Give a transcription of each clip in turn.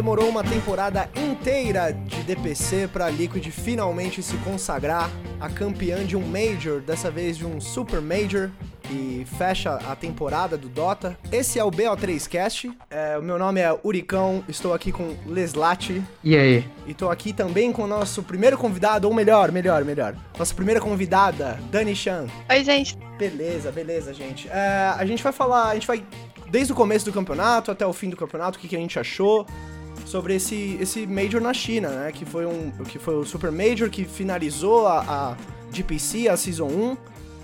demorou uma temporada inteira de DPC para a Liquid finalmente se consagrar a campeã de um Major, dessa vez de um Super Major, que fecha a temporada do Dota. Esse é o BO3Cast, o meu nome é Uricão, estou aqui com Leslati. E aí? E estou aqui também com o nosso primeiro convidado, ou melhor, nossa primeira convidada, Dani Chan. Oi, gente. Beleza, gente. A gente vai desde o começo do campeonato até o fim do campeonato, o que a gente achou sobre esse Major na China, né? Que foi o Super Major que finalizou a GPC, a Season 1,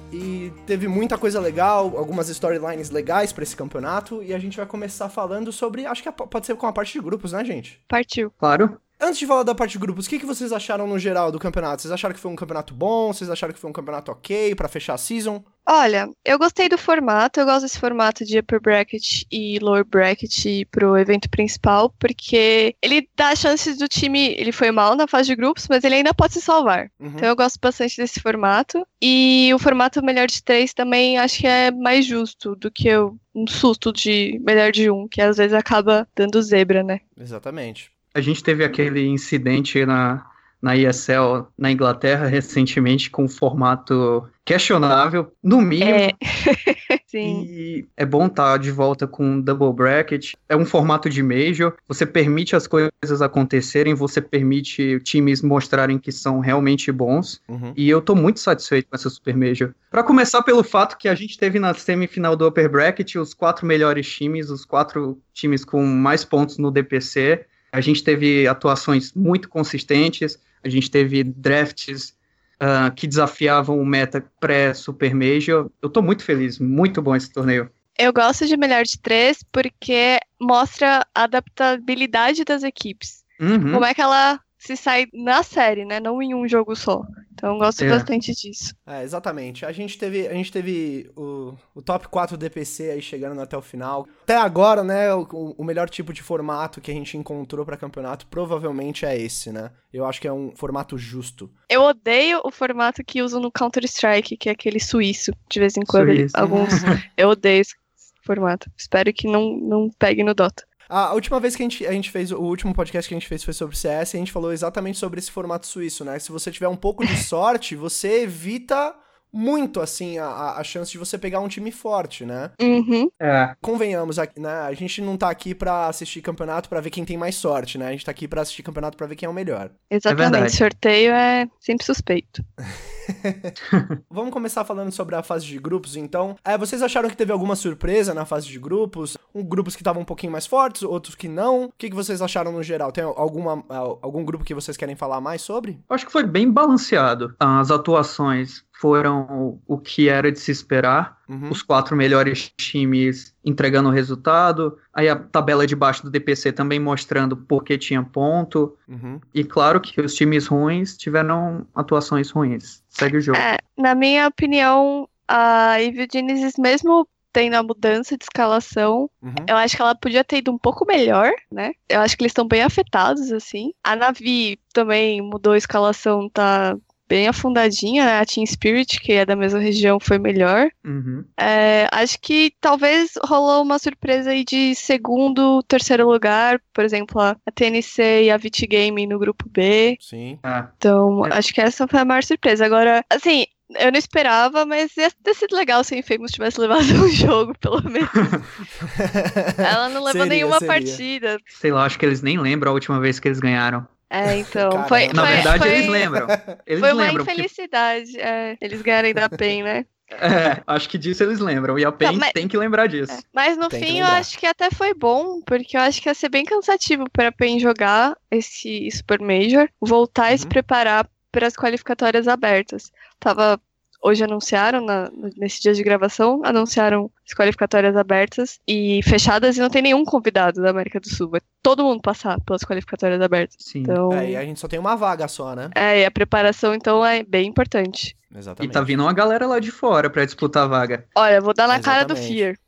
e teve muita coisa legal, algumas storylines legais pra esse campeonato, e a gente vai começar falando sobre, acho que pode ser com a parte de grupos, né, gente? Partiu. Claro. Antes de falar da parte de grupos, o que vocês acharam no geral do campeonato? Vocês acharam que foi um campeonato bom? Vocês acharam que foi um campeonato ok pra fechar a season? Olha, eu gostei do formato, eu gosto desse formato de upper bracket e lower bracket pro evento principal, porque ele dá chances do time, ele foi mal na fase de grupos, mas ele ainda pode se salvar. Uhum. Então eu gosto bastante desse formato, e o formato melhor de 3 também acho que é mais justo do que um susto de melhor de 1, que às vezes acaba dando zebra, né? Exatamente. A gente teve aquele incidente na ESL na Inglaterra recentemente com um formato questionável, no mínimo. Sim. E é bom estar de volta com um double bracket. É um formato de Major. Você permite as coisas acontecerem, você permite times mostrarem que são realmente bons. Uhum. E eu tô muito satisfeito com essa Super Major. Pra começar pelo fato que a gente teve na semifinal do upper bracket os 4 melhores times, os 4 times com mais pontos no DPC. A gente teve atuações muito consistentes, a gente teve drafts que desafiavam o meta pré-Super Major. Eu tô muito feliz, muito bom esse torneio. Eu gosto de melhor de 3 porque mostra a adaptabilidade das equipes. Uhum. Como é que ela se sai na série, né? Não em um jogo só. Então eu gosto bastante disso. Exatamente. A gente teve o top 4 DPC aí chegando até o final. Até agora, né, o melhor tipo de formato que a gente encontrou pra campeonato provavelmente é esse, né? Eu acho que é um formato justo. Eu odeio o formato que usam no Counter-Strike, que é aquele suíço, de vez em quando. Eu odeio esse formato. Espero que não pegue no Dota. A última vez que a gente fez, o último podcast que a gente fez foi sobre CS, e a gente falou exatamente sobre esse formato suíço, né? Se você tiver um pouco de sorte, você evita muito, assim, a chance de você pegar um time forte, né? Uhum. Convenhamos, né? A gente não tá aqui pra assistir campeonato pra ver quem tem mais sorte, né? A gente tá aqui pra assistir campeonato pra ver quem é o melhor. Exatamente, sorteio é sempre suspeito. Vamos começar falando sobre a fase de grupos, então. Vocês acharam que teve alguma surpresa na fase de grupos? Grupos que estavam um pouquinho mais fortes, outros que não? O que vocês acharam no geral? Tem algum grupo que vocês querem falar mais sobre? Acho que foi bem balanceado. As atuações foram o que era de se esperar. Uhum. Os 4 melhores times entregando o resultado. Aí a tabela de baixo do DPC também mostrando por que tinha ponto. Uhum. E claro que os times ruins tiveram atuações ruins. Segue o jogo. Na minha opinião, a Evil Genesis, mesmo tendo a mudança de escalação, eu acho que ela podia ter ido um pouco melhor, né? Eu acho que eles estão bem afetados, assim. A Navi também mudou a escalação, tá bem afundadinha, né? A Team Spirit, que é da mesma região, foi melhor. Uhum. Acho que talvez rolou uma surpresa aí de segundo, terceiro lugar, por exemplo, a TNC e a VT Game no grupo B. Sim. Então, acho que essa foi a maior surpresa. Agora, assim, eu não esperava, mas ia ter sido legal se a Infamous tivesse levado um jogo, pelo menos. Ela não levou nenhuma partida. Sei lá, acho que eles nem lembram a última vez que eles ganharam. Então, na verdade eles lembram. Foi uma infelicidade, eles ganharem da PEN, né? Acho que disso eles lembram, e a PEN tem que lembrar disso. Mas no fim eu acho que até foi bom, porque eu acho que ia ser bem cansativo pra PEN jogar esse Super Major, voltar e se preparar para as qualificatórias abertas. Hoje anunciaram, nesse dia de gravação, anunciaram as qualificatórias abertas e fechadas, e não tem nenhum convidado da América do Sul. Vai todo mundo passar pelas qualificatórias abertas. Sim. Então, e a gente só tem uma vaga só, né? E a preparação, então, é bem importante. Exatamente. E tá vindo uma galera lá de fora pra disputar a vaga. Olha, vou dar na cara do Fear.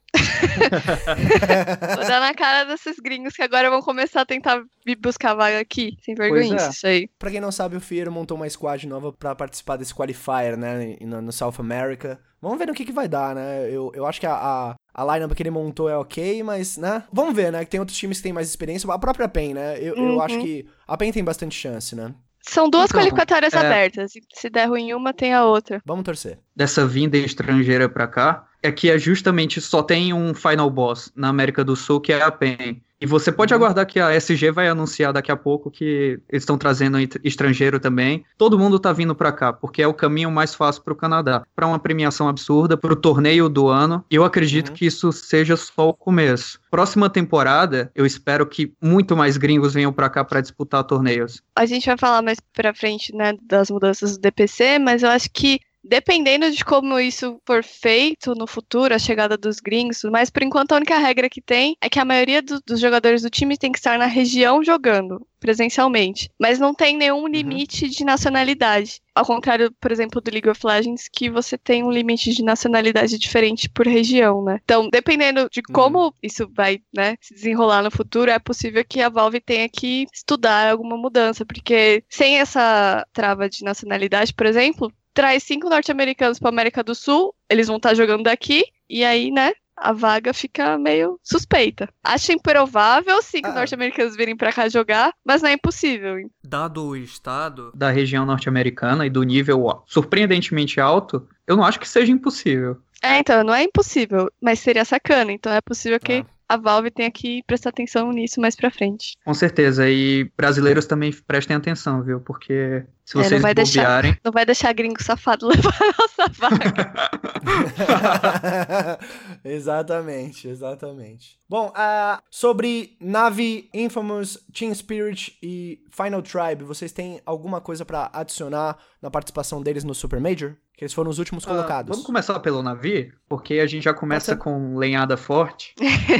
Vou dar na cara desses gringos que agora vão começar a tentar vir buscar vaga aqui. Sem vergonha isso aí. Pra quem não sabe, o Fierro montou uma squad nova pra participar desse qualifier, né, no South America. Vamos ver no que vai dar, né? Eu acho que a lineup que ele montou é ok, mas, né? Vamos ver, né? Que tem outros times que têm mais experiência. A própria PEN, né? Eu acho que a PEN tem bastante chance, né? São duas qualificatórias abertas. Se der ruim uma, tem a outra. Vamos torcer. Dessa vinda estrangeira pra cá, é que justamente só tem um Final Boss na América do Sul, que é a PEN. E você pode aguardar que a SG vai anunciar daqui a pouco que eles estão trazendo estrangeiro também. Todo mundo tá vindo pra cá, porque é o caminho mais fácil pro Canadá. Pra uma premiação absurda, pro torneio do ano. E eu acredito que isso seja só o começo. Próxima temporada, eu espero que muito mais gringos venham pra cá pra disputar torneios. A gente vai falar mais pra frente, né, das mudanças do DPC, mas eu acho que dependendo de como isso for feito no futuro, a chegada dos gringos, mas por enquanto a única regra que tem é que a maioria dos jogadores do time tem que estar na região jogando presencialmente, mas não tem nenhum limite de nacionalidade. Ao contrário, por exemplo, do League of Legends, que você tem um limite de nacionalidade diferente por região, né? Então, dependendo de como isso vai, né, se desenrolar no futuro, é possível que a Valve tenha que estudar alguma mudança, porque sem essa trava de nacionalidade, por exemplo, traz 5 norte-americanos para América do Sul, eles vão estar jogando daqui, e aí, né, a vaga fica meio suspeita. Acho improvável 5 norte-americanos virem pra cá jogar, mas não é impossível. Dado o estado da região norte-americana e do nível surpreendentemente alto, eu não acho que seja impossível. Então, não é impossível, mas seria sacana. Então é possível que a Valve tenha que prestar atenção nisso mais pra frente. Com certeza, e brasileiros também prestem atenção, viu? Porque se vocês bobearem... Não vai deixar gringo safado levar a nossa vaga. Exatamente. Bom, sobre Navi, Infamous, Team Spirit e Final Tribe, vocês têm alguma coisa pra adicionar na participação deles no Super Major? Que eles foram os últimos colocados. Vamos começar pelo Navi, porque a gente já começa com lenhada forte.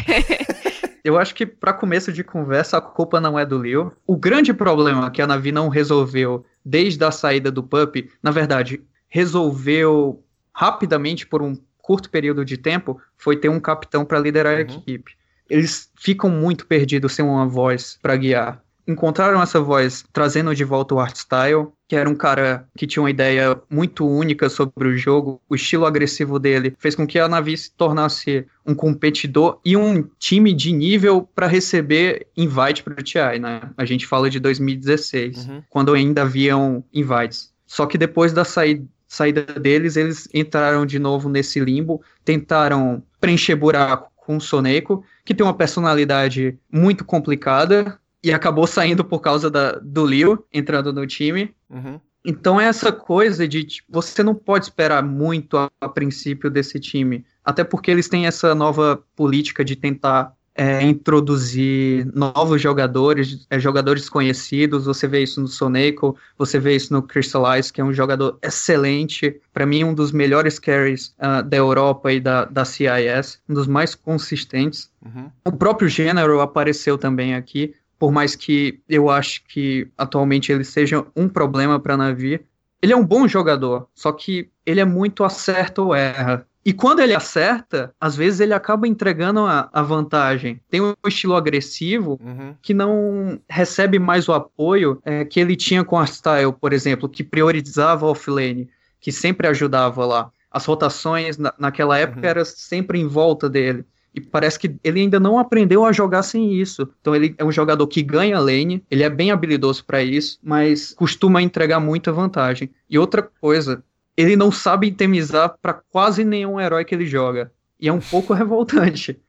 Eu acho que, para começo de conversa, a culpa não é do Leo. O grande problema que a Navi não resolveu desde a saída do PUP, na verdade, resolveu rapidamente por um curto período de tempo, foi ter um capitão para liderar a equipe. Eles ficam muito perdidos sem uma voz para guiar. Encontraram essa voz trazendo de volta o Artstyle, que era um cara que tinha uma ideia muito única sobre o jogo. O estilo agressivo dele fez com que a Navi se tornasse um competidor e um time de nível para receber invite para o TI, né? A gente fala de 2016, quando ainda haviam invites. Só que depois da saída deles, eles entraram de novo nesse limbo, tentaram preencher buraco com o Soneco, que tem uma personalidade muito complicada, e acabou saindo por causa do Leo entrando no time. Então é essa coisa de você não pode esperar muito a princípio desse time. Até porque eles têm essa nova política de tentar introduzir novos jogadores, jogadores desconhecidos. Você vê isso no Soneco, você vê isso no Crystallize, que é um jogador excelente. Para mim, um dos melhores carries da Europa e da CIS. Um dos mais consistentes. O próprio General apareceu também aqui. Por mais que eu acho que atualmente ele seja um problema para a Navi, ele é um bom jogador, só que ele é muito acerta ou erra. E quando ele acerta, às vezes ele acaba entregando a vantagem. Tem um estilo agressivo que não recebe mais o apoio que ele tinha com a Artstyle, por exemplo, que priorizava a offlane, que sempre ajudava lá. As rotações naquela época eram sempre em volta dele. E parece que ele ainda não aprendeu a jogar sem isso. Então ele é um jogador que ganha lane, ele é bem habilidoso para isso, mas costuma entregar muita vantagem. E outra coisa, ele não sabe itemizar para quase nenhum herói que ele joga. E é um pouco revoltante.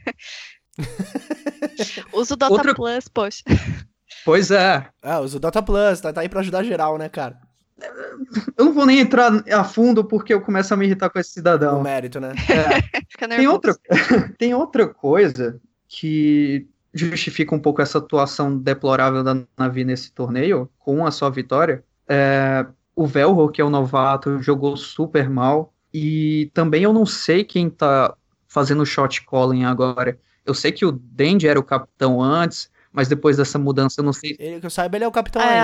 Usa o Dota Plus, poxa. Pois é. Usa o Dota Plus, tá aí pra ajudar geral, né, cara? Eu não vou nem entrar a fundo porque eu começo a me irritar com esse cidadão. O mérito, né? Fica nervoso. Tem outra coisa que justifica um pouco essa atuação deplorável da Navi nesse torneio, com a sua vitória. O Velhor, que é o novato, jogou super mal. E também eu não sei quem tá fazendo shot calling agora. Eu sei que o Dendi era o capitão antes, mas depois dessa mudança, eu não sei... Ele, que eu saiba, ele é o capitão ainda.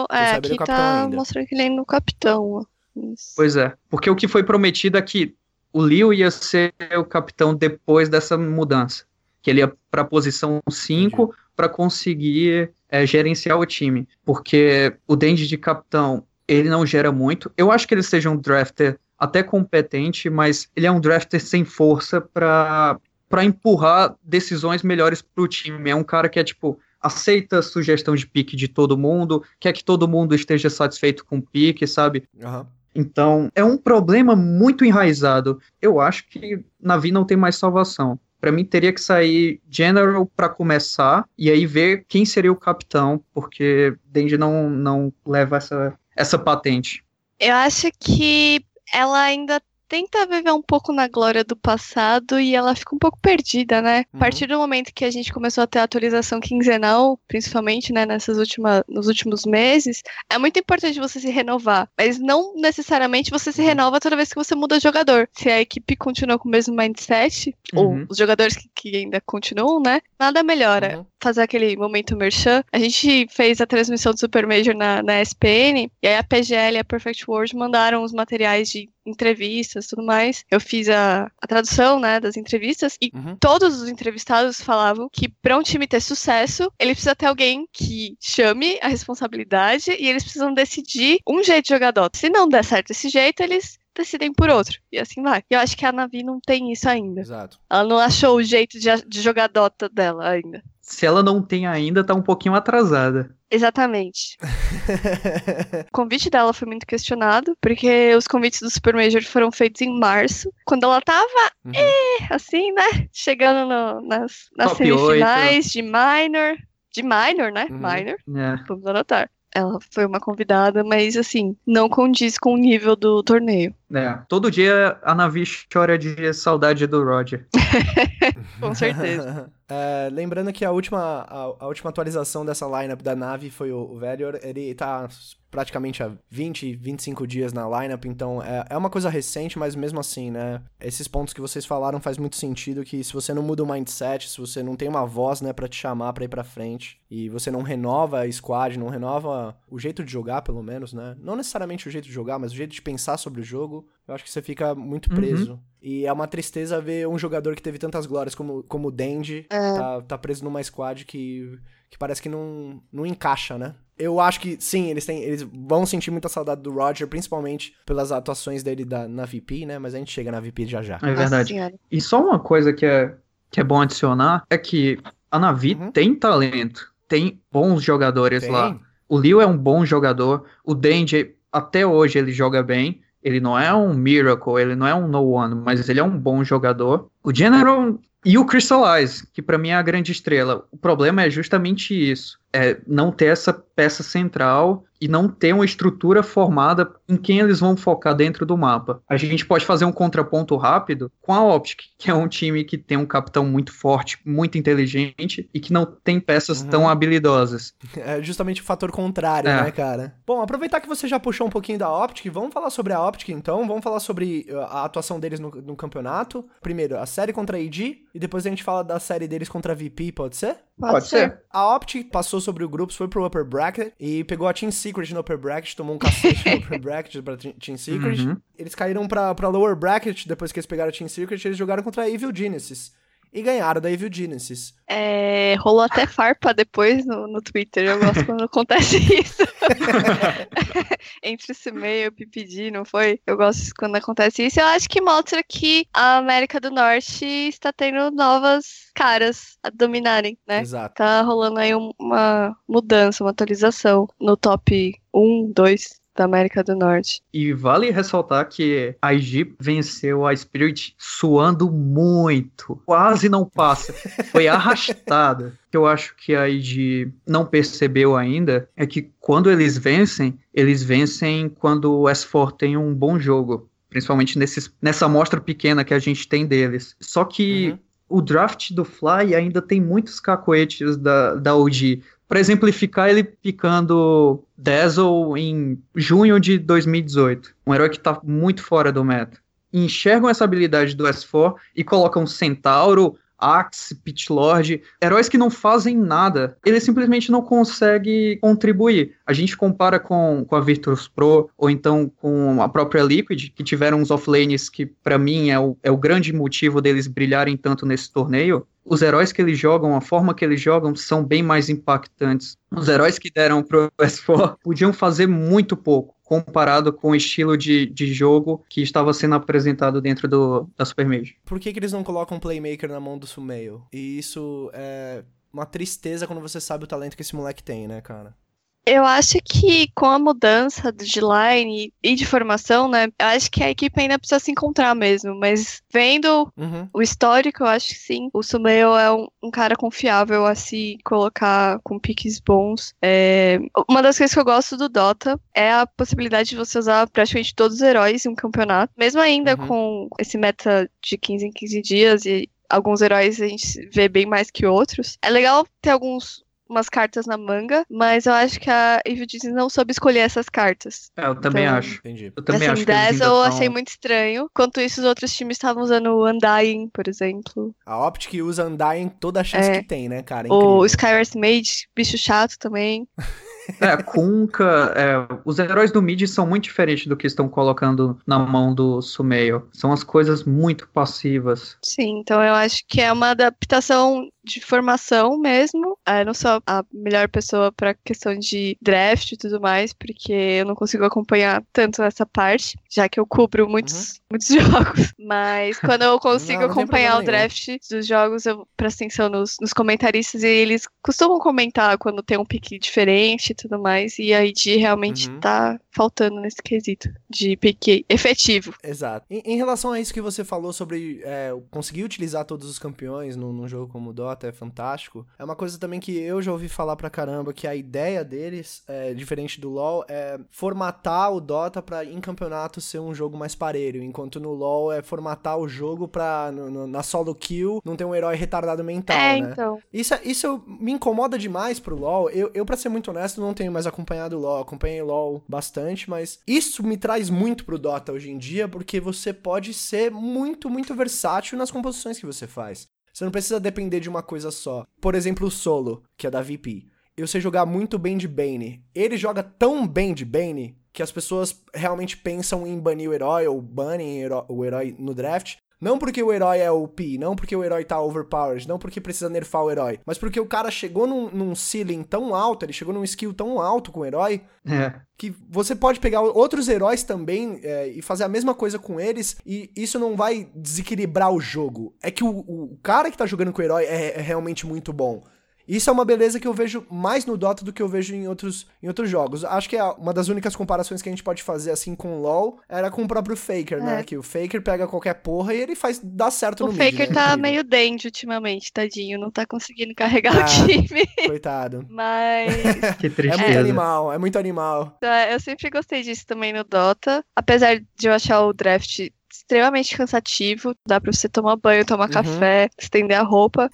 Aqui tá mostrando que ele é no capitão. Isso. Pois é, porque o que foi prometido é que o Liu ia ser o capitão depois dessa mudança. Que ele ia para a posição 5 para conseguir gerenciar o time. Porque o Denji de capitão, ele não gera muito. Eu acho que ele seja um drafter até competente, mas ele é um drafter sem força para empurrar decisões melhores para o time. É um cara que aceita sugestão de pique de todo mundo, quer que todo mundo esteja satisfeito com o pique, sabe? Uhum. Então, é um problema muito enraizado. Eu acho que Na'Vi não tem mais salvação. Para mim, teria que sair General para começar, e aí ver quem seria o capitão, porque Denji não leva essa patente. Eu acho que ela ainda tenta viver um pouco na glória do passado e ela fica um pouco perdida, né? A partir do momento que a gente começou a ter a atualização quinzenal, principalmente, né, nos últimos meses, é muito importante você se renovar, mas não necessariamente você se renova toda vez que você muda de jogador. Se a equipe continua com o mesmo mindset, ou os jogadores que ainda continuam, né, nada melhora. Fazer aquele momento merchan. A gente fez a transmissão do Super Major na ESPN, e aí a PGL e a Perfect World mandaram os materiais de entrevistas e tudo mais. Eu fiz a tradução, né, das entrevistas, e todos os entrevistados falavam que para um time ter sucesso, ele precisa ter alguém que chame a responsabilidade e eles precisam decidir um jeito de jogar Dota. Se não der certo esse jeito, eles decidem por outro. E assim vai. E eu acho que a Na'Vi não tem isso ainda. Exato. Ela não achou o jeito de jogar Dota dela ainda. Se ela não tem ainda, tá um pouquinho atrasada. Exatamente. O convite dela foi muito questionado, porque os convites do Super Major foram feitos em março, quando ela tava, assim, né? Chegando nas semifinais 8. De Minor, né? Minor. Vamos anotar. Ela foi uma convidada, mas assim, não condiz com o nível do torneio. Todo dia a Na'Vi chora de saudade do Roger. Com certeza. Lembrando que a última atualização dessa lineup da Na'Vi foi o Valior. Ele tá praticamente há 20, 25 dias na lineup, então é uma coisa recente, mas mesmo assim, né, esses pontos que vocês falaram faz muito sentido, que se você não muda o mindset, se você não tem uma voz, né, pra te chamar pra ir pra frente, e você não renova a squad, não renova o jeito de jogar, pelo menos, né, não necessariamente o jeito de jogar, mas o jeito de pensar sobre o jogo, eu acho que você fica muito preso. E é uma tristeza ver um jogador que teve tantas glórias como o Denji tá preso numa squad que parece que não encaixa, né? Eu acho que, sim, eles vão sentir muita saudade do Roger, principalmente pelas atuações dele na VP, né? Mas a gente chega na VP já. É verdade. E só uma coisa que é bom adicionar é que a Na'Vi tem talento, tem bons jogadores lá. O Liu é um bom jogador, o Denji, até hoje, ele joga bem. Ele não é um Miracle, ele não é um No One, mas ele é um bom jogador. O General e o Crystallize, que pra mim é a grande estrela. O problema é justamente isso. É não ter essa peça central e não ter uma estrutura formada em quem eles vão focar dentro do mapa. A gente pode fazer um contraponto rápido com a Optic, que é um time que tem um capitão muito forte, muito inteligente e que não tem peças tão habilidosas. É justamente o fator contrário, né, cara? Bom, aproveitar que você já puxou um pouquinho da Optic, vamos falar sobre a Optic então, vamos falar sobre a atuação deles no campeonato. Primeiro, a série contra a AD, e depois a gente fala da série deles contra a VP, pode ser? Pode ser. A Optic passou sobre o grupo, foi pro Upper Bracket e pegou a Team Secret no Upper Bracket, tomou um cacete no Upper Bracket pra Team Secret. Eles caíram pra Lower Bracket, depois que eles pegaram a Team Secret, eles jogaram contra a Evil Genesis. E ganharam da Evil Genesis. Rolou até farpa depois no Twitter. Eu gosto quando acontece isso. Entre esse meio e o PPG, não foi? Eu gosto quando acontece isso. Eu acho que mostra que a América do Norte está tendo novas caras a dominarem, né? Exato. Tá rolando aí uma mudança, uma atualização no top 1, 2 da América do Norte. E vale ressaltar que a IG venceu a Spirit suando muito. Quase não passa. Foi arrastada. O que eu acho que a IG não percebeu ainda é que quando eles vencem quando o S4 tem um bom jogo. Principalmente nessa amostra pequena que a gente tem deles. Só que o draft do Fly ainda tem muitos cacoetes da OG. Para exemplificar, ele picando Dazzle em junho de 2018. Um herói que tá muito fora do meta. Enxergam essa habilidade do S4 e colocam Centauro, Axe, Pit Lord, heróis que não fazem nada, eles simplesmente não conseguem contribuir. A gente compara com a Virtus Pro, ou então com a própria Liquid, que tiveram uns offlanes que, pra mim, é o grande motivo deles brilharem tanto nesse torneio. Os heróis que eles jogam, a forma que eles jogam, são bem mais impactantes. Os heróis que deram pro S4 podiam fazer muito pouco, comparado com o estilo de jogo que estava sendo apresentado dentro da Super Major. Por que eles não colocam um playmaker na mão do Sumail? E isso é uma tristeza quando você sabe o talento que esse moleque tem, né, cara? Eu acho que com a mudança de line e de formação, né, eu acho que a equipe ainda precisa se encontrar mesmo, mas vendo o histórico, eu acho que sim, o Sumail é um cara confiável a se colocar com piques bons. Uma das coisas que eu gosto do Dota é a possibilidade de você usar praticamente todos os heróis em um campeonato, mesmo ainda com esse meta de 15 em 15 dias e alguns heróis a gente vê bem mais que outros. É legal ter umas cartas na manga, mas eu acho que a Evil Genius não soube escolher essas cartas. Eu também acho. Entendi. Eu também acho que Dazzle eu achei muito estranho. Enquanto isso, os outros times estavam usando o Undying, por exemplo. A Optic usa Undying toda a chance que tem, né, cara? O Skyward Mage, bicho chato também. Kunkka, os heróis do mid são muito diferentes do que estão colocando na mão do Sumail. São as coisas muito passivas. Sim, então eu acho que é uma adaptação de formação mesmo. Eu não sou a melhor pessoa pra questão de draft e tudo mais, porque eu não consigo acompanhar tanto essa parte, já que eu cubro muitos jogos. Mas quando eu consigo acompanhar o draft dos jogos, eu presto atenção nos comentaristas e eles costumam comentar quando tem um pique diferente e tudo mais, e a ID realmente tá faltando nesse quesito de pique efetivo. Exato. Em relação a isso que você falou sobre conseguir utilizar todos os campeões num jogo como o Dota, é fantástico. É uma coisa também que eu já ouvi falar pra caramba, que a ideia deles, diferente do LoL, é formatar o Dota pra em campeonato ser um jogo mais parelho, enquanto no LoL é formatar o jogo pra na solo kill não ter um herói retardado mental, né? Então. Isso me incomoda demais pro LoL. Eu, pra ser muito honesto, não tenho mais acompanhado o LoL. Acompanhei o LoL bastante, mas isso me traz muito pro Dota hoje em dia, porque você pode ser muito, muito versátil nas composições que você faz. Você não precisa depender de uma coisa só. Por exemplo, o Solo, que é da VP. Eu sei jogar muito bem de Bane. Ele joga tão bem de Bane que as pessoas realmente pensam em banir o herói ou banem o herói no draft. Não porque o herói é OP, não porque o herói tá overpowered, não porque precisa nerfar o herói, mas porque o cara chegou num ceiling tão alto, ele chegou num skill tão alto com o herói, que você pode pegar outros heróis também e fazer a mesma coisa com eles, e isso não vai desequilibrar o jogo. É que o cara que tá jogando com o herói é realmente muito bom. Isso é uma beleza que eu vejo mais no Dota do que eu vejo em outros jogos. Acho que uma das únicas comparações que a gente pode fazer assim com o LoL era com o próprio Faker, né? Que o Faker pega qualquer porra e ele dá certo no mid, né? O Faker tá meio dandy ultimamente, tadinho. Não tá conseguindo carregar o time. Coitado. Mas... Que tristeza. É muito animal. Eu sempre gostei disso também no Dota. Apesar de eu achar o draft extremamente cansativo, dá pra você tomar banho, tomar café, estender a roupa,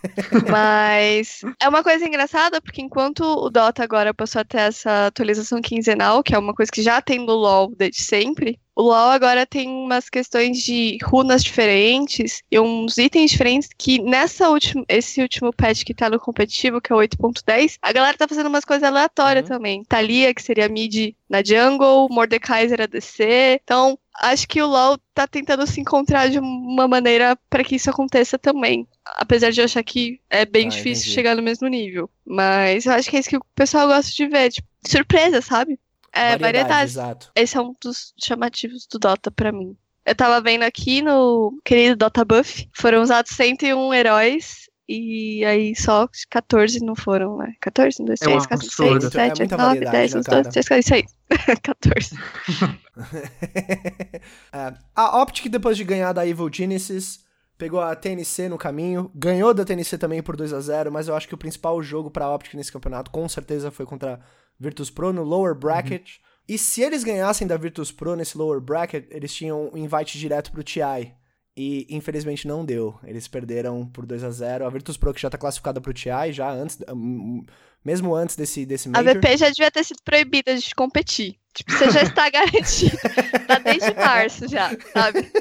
mas é uma coisa engraçada, porque enquanto o Dota agora passou a ter essa atualização quinzenal, que é uma coisa que já tem no LoL desde sempre, o LoL agora tem umas questões de runas diferentes e uns itens diferentes que esse último patch que tá no competitivo, que é o 8.10, a galera tá fazendo umas coisas aleatórias também. Thalia, que seria mid na jungle, Mordekaiser ADC, então acho que o LoL tá tentando se encontrar de uma maneira pra que isso aconteça também. Apesar de eu achar que é bem difícil chegar no mesmo nível. Mas eu acho que é isso que o pessoal gosta de ver, tipo, surpresa, sabe? Variedade. Exato. Esse é um dos chamativos do Dota pra mim. Eu tava vendo aqui no querido Dota Buff, foram usados 101 heróis e aí só 14 não foram, né? 14, 1, 2, 3, 4, 5, 6, 7, 8, 9, 10, 11, 12, 13, 14, isso aí. 14. A Optic, depois de ganhar da Evil Genesis, pegou a TNC no caminho, ganhou da TNC também por 2-0, mas eu acho que o principal jogo pra Optic nesse campeonato com certeza foi contra Virtus Pro no lower bracket. E se eles ganhassem da Virtus Pro nesse lower bracket, eles tinham um invite direto pro TI. E infelizmente não deu. Eles perderam por 2-0. A Virtus Pro, que já tá classificada pro TI, já antes, mesmo antes desse Major. A VP já devia ter sido proibida de competir. Tipo, você já está garantido. Tá desde março já, sabe?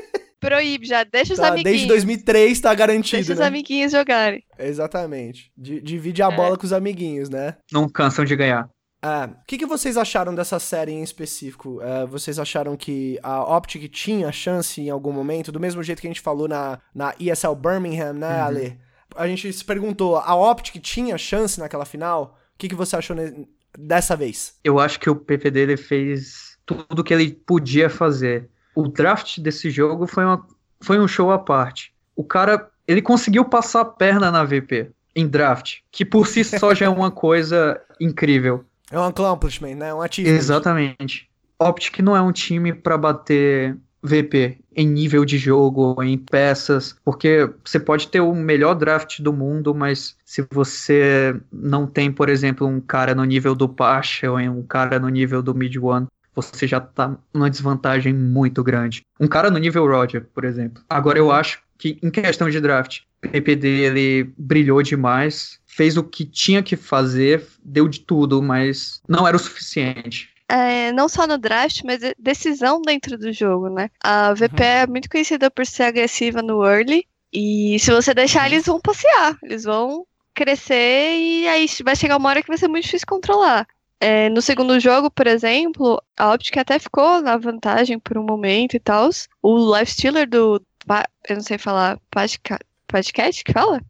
proíbe já. Deixa os Tá, amiguinhos. desde 2003 tá garantido, Deixa os né? amiguinhos jogarem. Exatamente. Divide a bola com os amiguinhos, né? Não cansam de ganhar. O que vocês acharam dessa série em específico? Vocês acharam que a Optic tinha chance em algum momento? Do mesmo jeito que a gente falou na ESL Birmingham, né, Ale? A gente se perguntou, a Optic tinha chance naquela final? O que você achou dessa vez? Eu acho que o PPD ele fez tudo o que ele podia fazer. O draft desse jogo foi um show à parte. O cara, ele conseguiu passar a perna na VP em draft, que por si só já é uma coisa incrível. É um accomplishment, né? Um achievement. Exatamente. Optic não é um time pra bater VP em nível de jogo, em peças, porque você pode ter o melhor draft do mundo, mas se você não tem, por exemplo, um cara no nível do Pasha ou um cara no nível do Mid One, você já tá numa desvantagem muito grande. Um cara no nível Roger, por exemplo. Agora eu acho que em questão de draft, o PPD ele brilhou demais, fez o que tinha que fazer, deu de tudo, mas não era o suficiente. Não só no draft, mas decisão dentro do jogo, né? A VP é muito conhecida por ser agressiva no early, e se você deixar, eles vão passear, eles vão crescer, e aí vai chegar uma hora que vai ser muito difícil controlar. No segundo jogo, por exemplo, a Optic até ficou na vantagem por um momento e tal. O lifestealer do... eu não sei falar... Pycat que fala?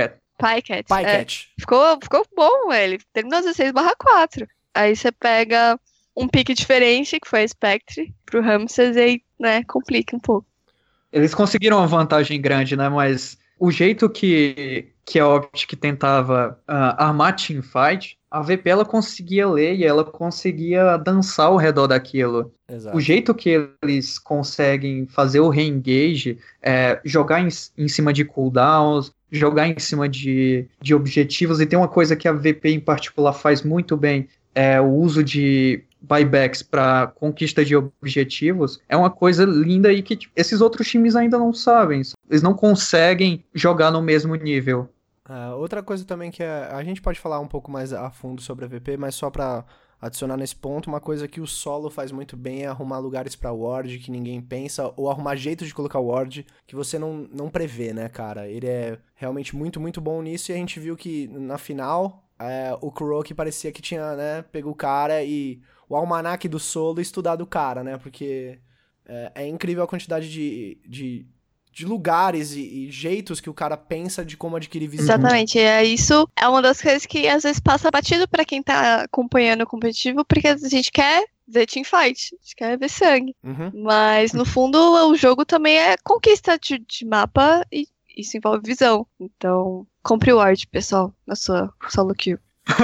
Pycat. Ficou bom, ele terminou 16/4. Aí você pega um pique diferente, que foi a Spectre, pro Ramses, e aí, né, complica um pouco. Eles conseguiram uma vantagem grande, né, mas o jeito que a Optic tentava armar teamfight, a VP ela conseguia ler e ela conseguia dançar ao redor daquilo. Exato. O jeito que eles conseguem fazer o re-engage é jogar em cima de cooldowns, jogar em cima de objetivos, e tem uma coisa que a VP em particular faz muito bem, é o uso de buybacks para conquista de objetivos, é uma coisa linda e que esses outros times ainda não sabem. Eles não conseguem jogar no mesmo nível. Outra coisa também que a gente pode falar um pouco mais a fundo sobre a VP, mas só pra adicionar nesse ponto, uma coisa que o solo faz muito bem é arrumar lugares pra ward que ninguém pensa, ou arrumar jeitos de colocar ward que você não prevê, né, cara? Ele é realmente muito, muito bom nisso, e a gente viu que na final o Kuroki parecia que tinha, né, pegou o cara e o almanac do solo estudado o cara, né, porque é incrível a quantidade de lugares e jeitos que o cara pensa de como adquirir visão. Exatamente, isso é uma das coisas que às vezes passa batido pra quem tá acompanhando o competitivo, porque a gente quer ver teamfight, a gente quer ver sangue. Mas no fundo o jogo também é conquista de mapa e isso envolve visão. Então, compre o ward, pessoal, na sua solo kill.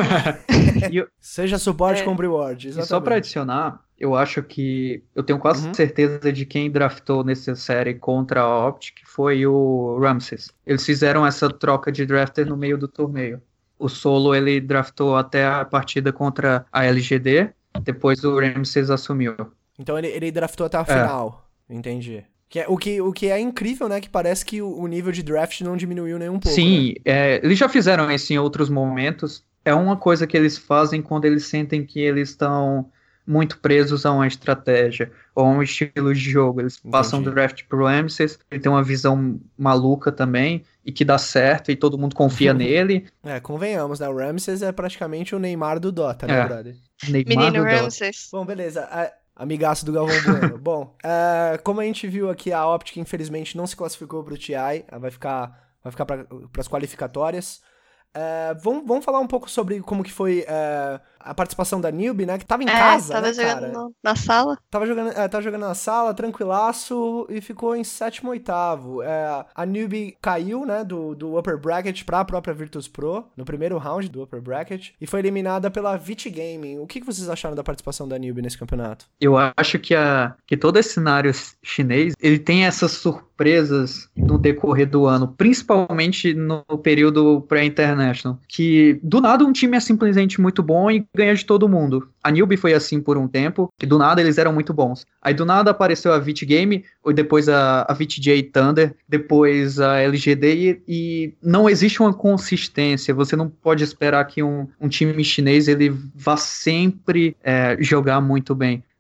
Seja suporte, compre o ward. E só pra adicionar, eu acho que eu tenho quase certeza de quem draftou nessa série contra a Optic foi o Ramses. Eles fizeram essa troca de drafter no meio do torneio. O Solo ele draftou até a partida contra a LGD, depois o Ramses assumiu. Então ele draftou até a final. Entendi. O que é incrível, né? Que parece que o nível de draft não diminuiu nem um pouco. Sim, né? Eles já fizeram isso em outros momentos. É uma coisa que eles fazem quando eles sentem que eles estão muito presos a uma estratégia ou a um estilo de jogo. Eles passam do draft pro Ramses, ele tem uma visão maluca também e que dá certo e todo mundo confia nele. Convenhamos, né? O Ramses é praticamente o Neymar do Dota, né, brother? Menino Ramses. Bom, beleza. Amigaço do Galvão Bueno. Bom, como a gente viu aqui, a Optic infelizmente não se classificou pro TI, vai ficar para as qualificatórias. Vamos falar um pouco sobre como que foi a participação da Newbie, né? Que tava em casa, tava né, jogando na sala. Tava jogando na sala, tranquilaço, e ficou em 7º, 8º. A Newbie caiu, né, do Upper Bracket pra própria Virtus Pro, no primeiro round do Upper Bracket, e foi eliminada pela VIT Gaming. O que vocês acharam da participação da Newbie nesse campeonato? Eu acho que todo esse cenário chinês, ele tem essas surpresas no decorrer do ano, principalmente no período pré-international, que do nada um time é simplesmente muito bom e ganha de todo mundo. A Newbie foi assim por um tempo, que do nada eles eram muito bons. Aí do nada apareceu a VIT Game, ou depois a VIT-J Thunder, depois a LGD, e não existe uma consistência. Você não pode esperar que um time chinês ele vá sempre jogar muito bem.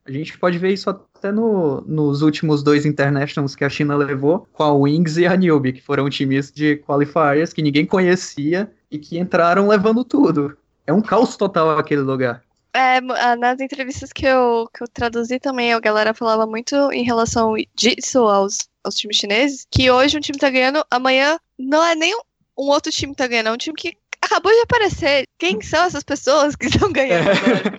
A gente pode ver isso até nos últimos 2 Internationals que a China levou, com a Wings e a Newbie, que foram times de qualifiers que ninguém conhecia e que entraram levando tudo. É um caos total aquele lugar. Nas entrevistas que eu traduzi também, a galera falava muito em relação disso aos times chineses, que hoje um time tá ganhando, amanhã não é nem um outro time que tá ganhando, é um time que acabou de aparecer. Quem são essas pessoas que estão ganhando agora?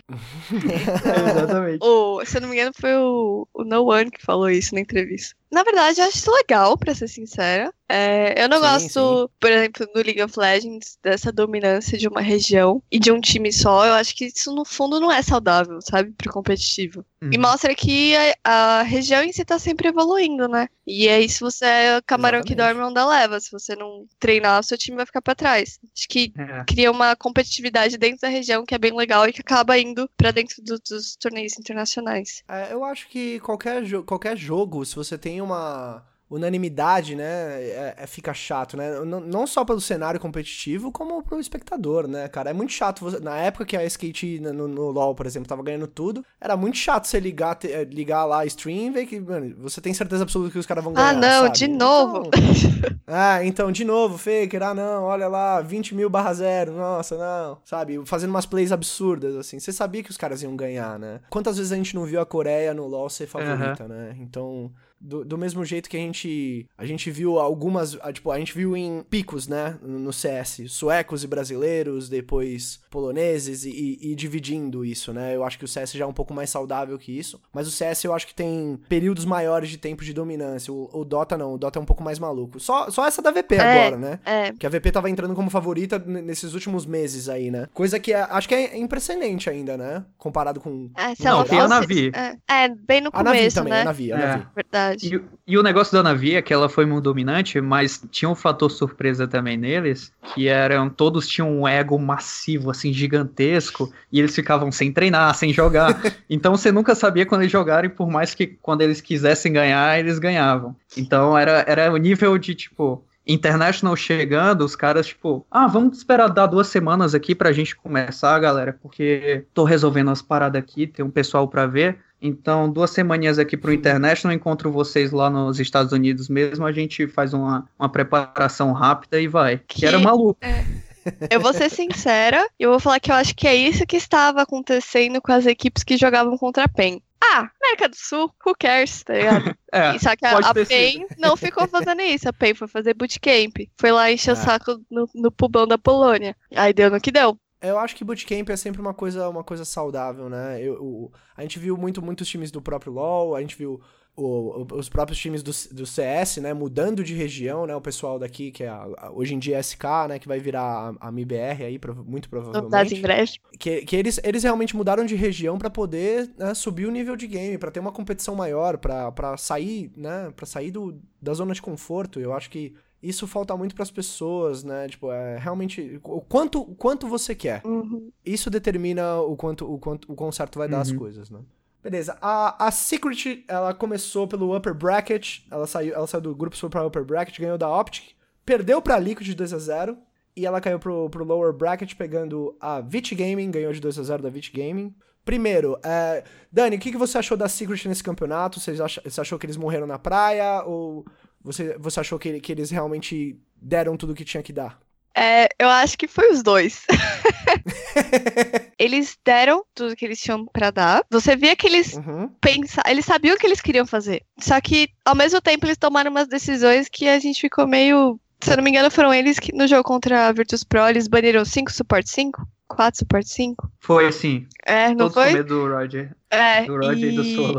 Exatamente. Se eu não me engano, foi o No One que falou isso na entrevista. Na verdade, eu acho isso legal, pra ser sincera. Eu não gosto, por exemplo, no League of Legends, dessa dominância de uma região e de um time só. Eu acho que isso, no fundo, não é saudável, sabe? Pro competitivo. E mostra que a região em si tá sempre evoluindo, né? E aí, se você é o camarão que dorme, onda leva. Se você não treinar, o seu time vai ficar pra trás. Acho que cria uma competitividade dentro da região que é bem legal e que acaba indo pra dentro dos torneios internacionais. Eu acho que qualquer jogo, se você tem uma unanimidade, né, fica chato, né, não só pelo cenário competitivo, como pro espectador, né, cara, é muito chato, na época que a SKT no LoL, por exemplo, tava ganhando tudo, era muito chato você ligar lá a stream e ver que, mano, você tem certeza absoluta que os caras vão ganhar, não, sabe? de novo! Então, de novo, Faker, não, olha lá, 20.000/0, nossa, não, sabe, fazendo umas plays absurdas, assim, você sabia que os caras iam ganhar, né, quantas vezes a gente não viu a Coreia no LoL ser favorita, né, então... Do mesmo jeito que a gente viu algumas, tipo, a gente viu em picos, né, no CS, suecos e brasileiros, depois poloneses e dividindo isso, né, eu acho que o CS já é um pouco mais saudável que isso, mas o CS eu acho que tem períodos maiores de tempo de dominância, o Dota não, o Dota é um pouco mais maluco, só essa da VP agora, né, que a VP tava entrando como favorita nesses últimos meses aí, né, coisa que acho que é imprecedente ainda, né, comparado com... Não, tem a Na'Vi. Bem no começo, Na'Vi também, né. a Na'Vi. Verdade. E o negócio da Na'Vi é que ela foi muito dominante, mas tinha um fator surpresa também neles, que todos tinham um ego massivo, assim, gigantesco, e eles ficavam sem treinar, sem jogar. Então você nunca sabia quando eles jogarem, por mais que quando eles quisessem ganhar, eles ganhavam. Então era o nível de, tipo... International chegando, os caras, tipo, vamos esperar dar 2 semanas aqui pra gente começar, galera, porque tô resolvendo as paradas aqui, tem um pessoal pra ver, então 2 semaninhas aqui pro International, encontro vocês lá nos Estados Unidos mesmo, a gente faz uma preparação rápida e vai, que era maluco. Eu vou ser sincera, e eu vou falar que eu acho que é isso que estava acontecendo com as equipes que jogavam contra a PEN. América do Sul, who cares, tá ligado? Só que a PEN não ficou fazendo isso, a PEN foi fazer bootcamp, foi lá encher o saco no pubão da Polônia, aí deu no que deu. Eu acho que bootcamp é sempre uma coisa saudável, né? A gente viu muitos times do próprio LoL, a gente viu os próprios times do CS, né, mudando de região, né, o pessoal daqui, que é hoje em dia é SK, né, que vai virar a MIBR aí, muito provavelmente. Em breve. Que eles realmente mudaram de região pra poder, né, subir o nível de game, pra ter uma competição maior, pra sair, né, pra sair da zona de conforto. Eu acho que isso falta muito pras pessoas, né, tipo, realmente, o quanto você quer. Isso determina o quão certo vai dar as coisas, né. Beleza, a Secret, ela começou pelo Upper Bracket, ela saiu do grupo, foi pra Upper Bracket, ganhou da Optic, perdeu pra Liquid de 2-0, e ela caiu pro Lower Bracket, pegando a Vit Gaming, ganhou de 2-0 da Vit Gaming. Primeiro, Dani, o que você achou da Secret nesse campeonato? Você achou que eles morreram na praia, ou você achou que eles realmente deram tudo o que tinha que dar? Eu acho que foi os dois. Eles deram tudo que eles tinham pra dar. Você via que eles eles sabiam o que eles queriam fazer. Só que, ao mesmo tempo, eles tomaram umas decisões que a gente ficou meio... Se eu não me engano, foram eles que, no jogo contra a Virtus Pro, eles baniram 5 Support 5? 4 Support 5? Foi, sim. Não todos foi? Com medo do Roger. Do Roger e do Solo.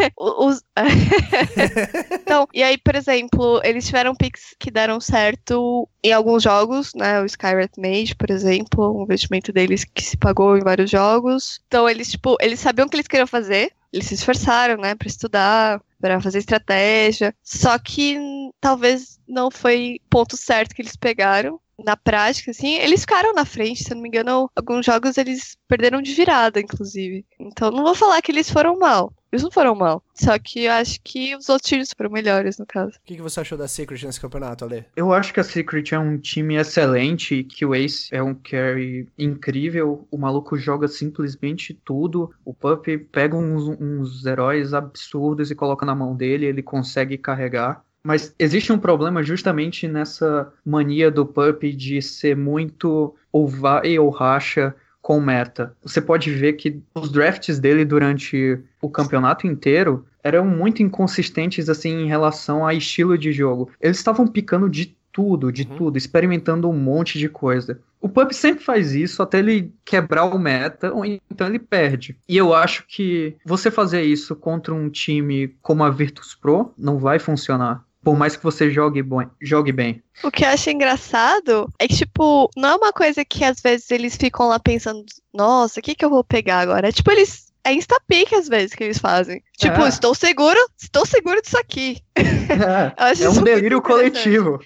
Então, e aí, por exemplo, eles tiveram picks que deram certo em alguns jogos, né? O Skyrim Mage, por exemplo, um investimento deles que se pagou em vários jogos. Então, eles sabiam o que eles queriam fazer. Eles se esforçaram, né, pra estudar, pra fazer estratégia. Só que talvez não foi o ponto certo que eles pegaram. Na prática, assim, eles ficaram na frente, se eu não me engano, alguns jogos eles perderam de virada, inclusive. Então, não vou falar que eles foram mal. Eles não foram mal. Só que eu acho que os outros times foram melhores, no caso. O que você achou da Secret nesse campeonato, Ale? Eu acho que a Secret é um time excelente, que o Ace é um carry incrível, o maluco joga simplesmente tudo, o Pup pega uns heróis absurdos e coloca na mão dele, ele consegue carregar. Mas existe um problema justamente nessa mania do Pup de ser muito ou vai ou racha com meta. Você pode ver que os drafts dele durante o campeonato inteiro eram muito inconsistentes assim em relação a estilo de jogo. Eles estavam picando de tudo, experimentando um monte de coisa. O Pup sempre faz isso até ele quebrar o meta, ou então ele perde. E eu acho que você fazer isso contra um time como a Virtus.pro não vai funcionar. Por mais que você jogue bem. O que eu acho engraçado é que, tipo, não é uma coisa que às vezes eles ficam lá pensando, nossa, o que eu vou pegar agora? É tipo, é insta-pick às vezes que eles fazem. Tipo, estou seguro disso aqui. É um delírio coletivo.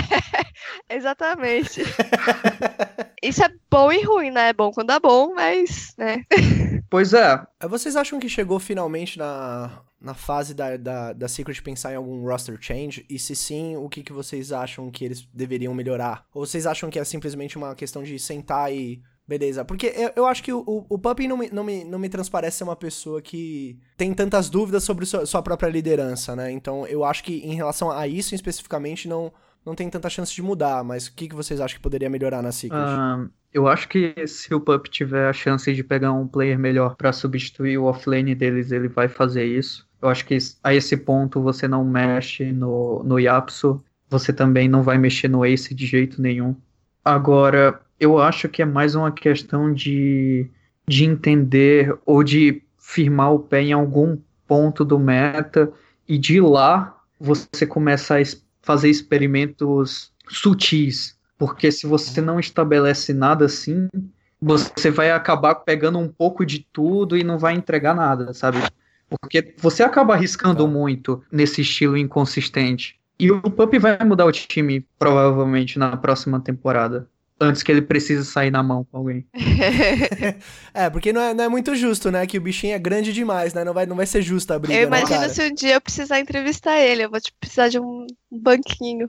Exatamente. Isso é bom e ruim, né? É bom quando dá bom, mas, né? Pois é. Vocês acham que chegou finalmente na fase da Secret pensar em algum roster change? E se sim, o que vocês acham que eles deveriam melhorar? Ou vocês acham que é simplesmente uma questão de sentar e... Beleza, porque eu acho que o Puppy não me transparece ser uma pessoa que tem tantas dúvidas sobre sua própria liderança, né? Então eu acho que em relação a isso especificamente não tem tanta chance de mudar, mas o que vocês acham que poderia melhorar na Secret? Eu acho que se o Pup tiver a chance de pegar um player melhor pra substituir o offlane deles, ele vai fazer isso. Eu acho que a esse ponto você não mexe no Yapsu, você também não vai mexer no Ace de jeito nenhum. Agora, eu acho que é mais uma questão de entender ou de firmar o pé em algum ponto do meta e de lá você começar a fazer experimentos sutis. Porque se você não estabelece nada assim, você vai acabar pegando um pouco de tudo e não vai entregar nada, sabe? Porque você acaba arriscando muito nesse estilo inconsistente. E o Pup vai mudar o time, provavelmente, na próxima temporada. Antes que ele precise sair na mão com alguém. Porque não é muito justo, né? Que o bichinho é grande demais, né? Não vai ser justa a briga, eu imagino, né, se um dia eu precisar entrevistar ele, eu vou precisar de um banquinho.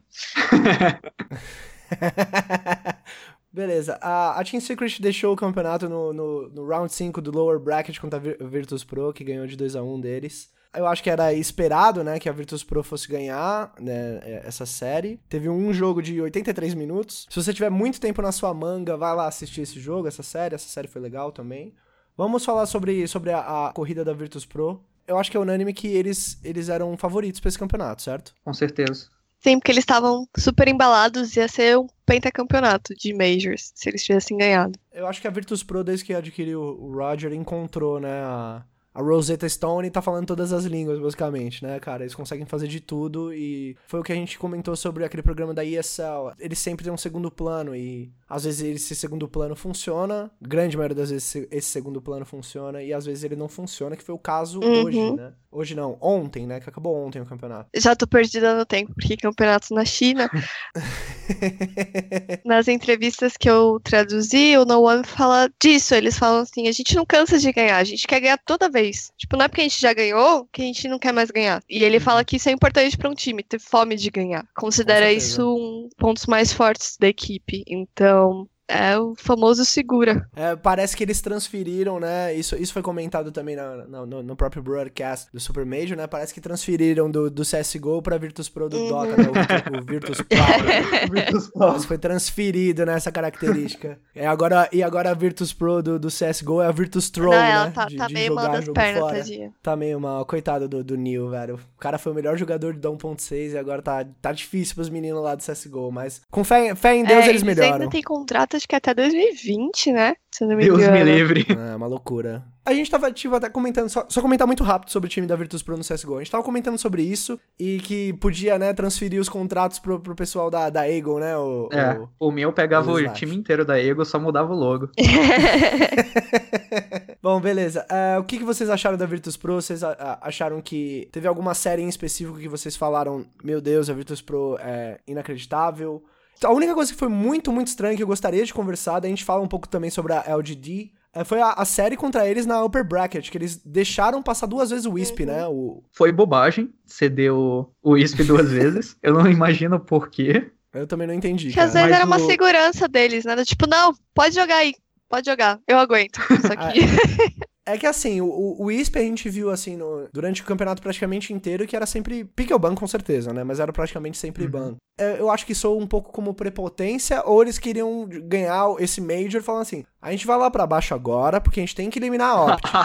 Beleza, a Team Secret deixou o campeonato no round 5 do lower bracket contra a Virtus.pro, que ganhou de 2-1 deles. Eu acho que era esperado, né, que a Virtus.pro fosse ganhar, né, essa série. Teve um jogo de 83 minutos. Se você tiver muito tempo na sua manga, vai lá assistir esse jogo, essa série foi legal também. Vamos falar sobre a corrida da Virtus.pro. Eu acho que é unânime que eles eram favoritos pra esse campeonato, certo? Com certeza. Sim, porque eles estavam super embalados, ia ser um pentacampeonato de Majors, se eles tivessem ganhado. Eu acho que a Virtus.pro, desde que adquiriu o Roger, encontrou, né, a Rosetta Stone tá falando todas as línguas, basicamente, né, cara? Eles conseguem fazer de tudo e foi o que a gente comentou sobre aquele programa da ESL. Eles sempre têm um segundo plano e às vezes esse segundo plano funciona, grande maioria das vezes esse segundo plano funciona e às vezes ele não funciona, que foi o caso hoje, né? Hoje não, ontem, né? Que acabou ontem o campeonato. Já tô perdida no tempo, porque campeonatos na China... Nas entrevistas que eu traduzi, o No One fala disso. Eles falam assim, a gente não cansa de ganhar, a gente quer ganhar toda vez. Tipo, não é porque a gente já ganhou que a gente não quer mais ganhar. E ele fala que isso é importante pra um time, ter fome de ganhar. Considera isso um dos pontos mais fortes da equipe. Então... é o famoso segura. Parece que eles transferiram, né? Isso foi comentado também no próprio broadcast do Super Major, né? Parece que transferiram do CSGO pra Virtus.pro do Dota, né? O Virtus Power. Isso foi transferido, né? Essa característica. Agora a Virtus.pro do CSGO é a Virtus Troll, não, né? Ela tá meio mal das pernas, tadinha. Tá meio mal. Coitado do Neil, velho. O cara foi o melhor jogador do 1.6 e agora tá difícil pros meninos lá do CSGO, mas com fé em Deus eles melhoram. Eles ainda tem contrato, acho que até 2020, né? Se não me Deus engano. me livre. É uma loucura. A gente tava até comentando, só comentar muito rápido sobre o time da Virtus.pro no CSGO. A gente tava comentando sobre isso e que podia, né, transferir os contratos pro pessoal da Eagle, né? O meu pegava o time inteiro da Eagle, só mudava o logo. Bom, beleza. O que vocês acharam da Virtus.pro? Vocês acharam que teve alguma série em específico que vocês falaram, meu Deus, a Virtus.pro é inacreditável? A única coisa que foi muito, muito estranha que eu gostaria de conversar, daí a gente fala um pouco também sobre a LGD, Foi a série contra eles na Upper Bracket, que eles deixaram passar 2 vezes o Wisp, né? Foi bobagem ceder o Wisp 2 vezes. Eu não imagino por quê. Eu também não entendi, que às vezes era uma segurança deles, né? Tipo, não, pode jogar aí. Pode jogar, eu aguento isso aqui. É que assim, o Wisp a gente viu assim durante o campeonato praticamente inteiro que era sempre pick ban com certeza, né? Mas era praticamente sempre ban. Eu acho que soa um pouco como prepotência, ou eles queriam ganhar esse Major falando assim, a gente vai lá pra baixo agora, porque a gente tem que eliminar a Optic.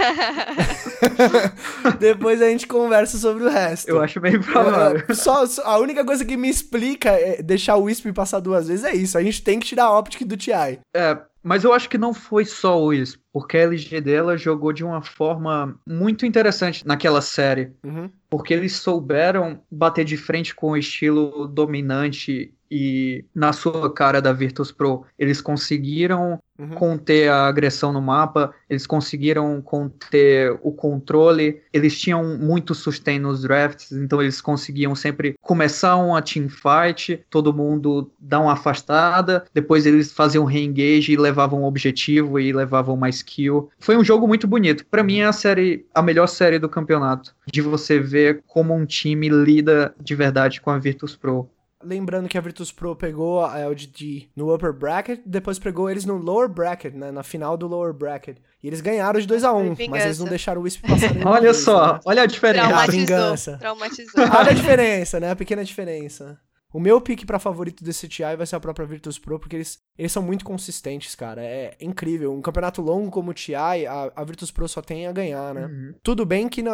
Depois a gente conversa sobre o resto. Eu acho bem provável. A única coisa que me explica deixar o Wisp passar 2 vezes é isso, a gente tem que tirar a Optic do TI. Mas eu acho que não foi só isso, porque a LG dela jogou de uma forma muito interessante naquela série. Porque eles souberam bater de frente com o estilo dominante e na sua cara da Virtus.pro. Eles conseguiram conter a agressão no mapa, eles conseguiram conter o controle, eles tinham muito sustain nos drafts, então eles conseguiam sempre começar uma teamfight, todo mundo dar uma afastada, depois eles faziam re-engage e levavam o objetivo e levavam mais kill. Foi um jogo muito bonito. Pra mim é a melhor série do campeonato, de você ver como um time lida de verdade com a Virtus.pro. Lembrando que a Virtus.pro pegou a LGD no upper bracket, depois pegou eles no lower bracket, né, na final do lower bracket. E eles ganharam de 2-1, mas eles não deixaram o Wisp passar. Olha só, né? Olha a diferença. Traumatizou. Olha a diferença, né, a pequena diferença. O meu pick pra favorito desse TI vai ser a própria Virtus.pro, porque eles são muito consistentes, cara. É incrível. Um campeonato longo como o TI, a Virtus.pro só tem a ganhar, né? Tudo bem que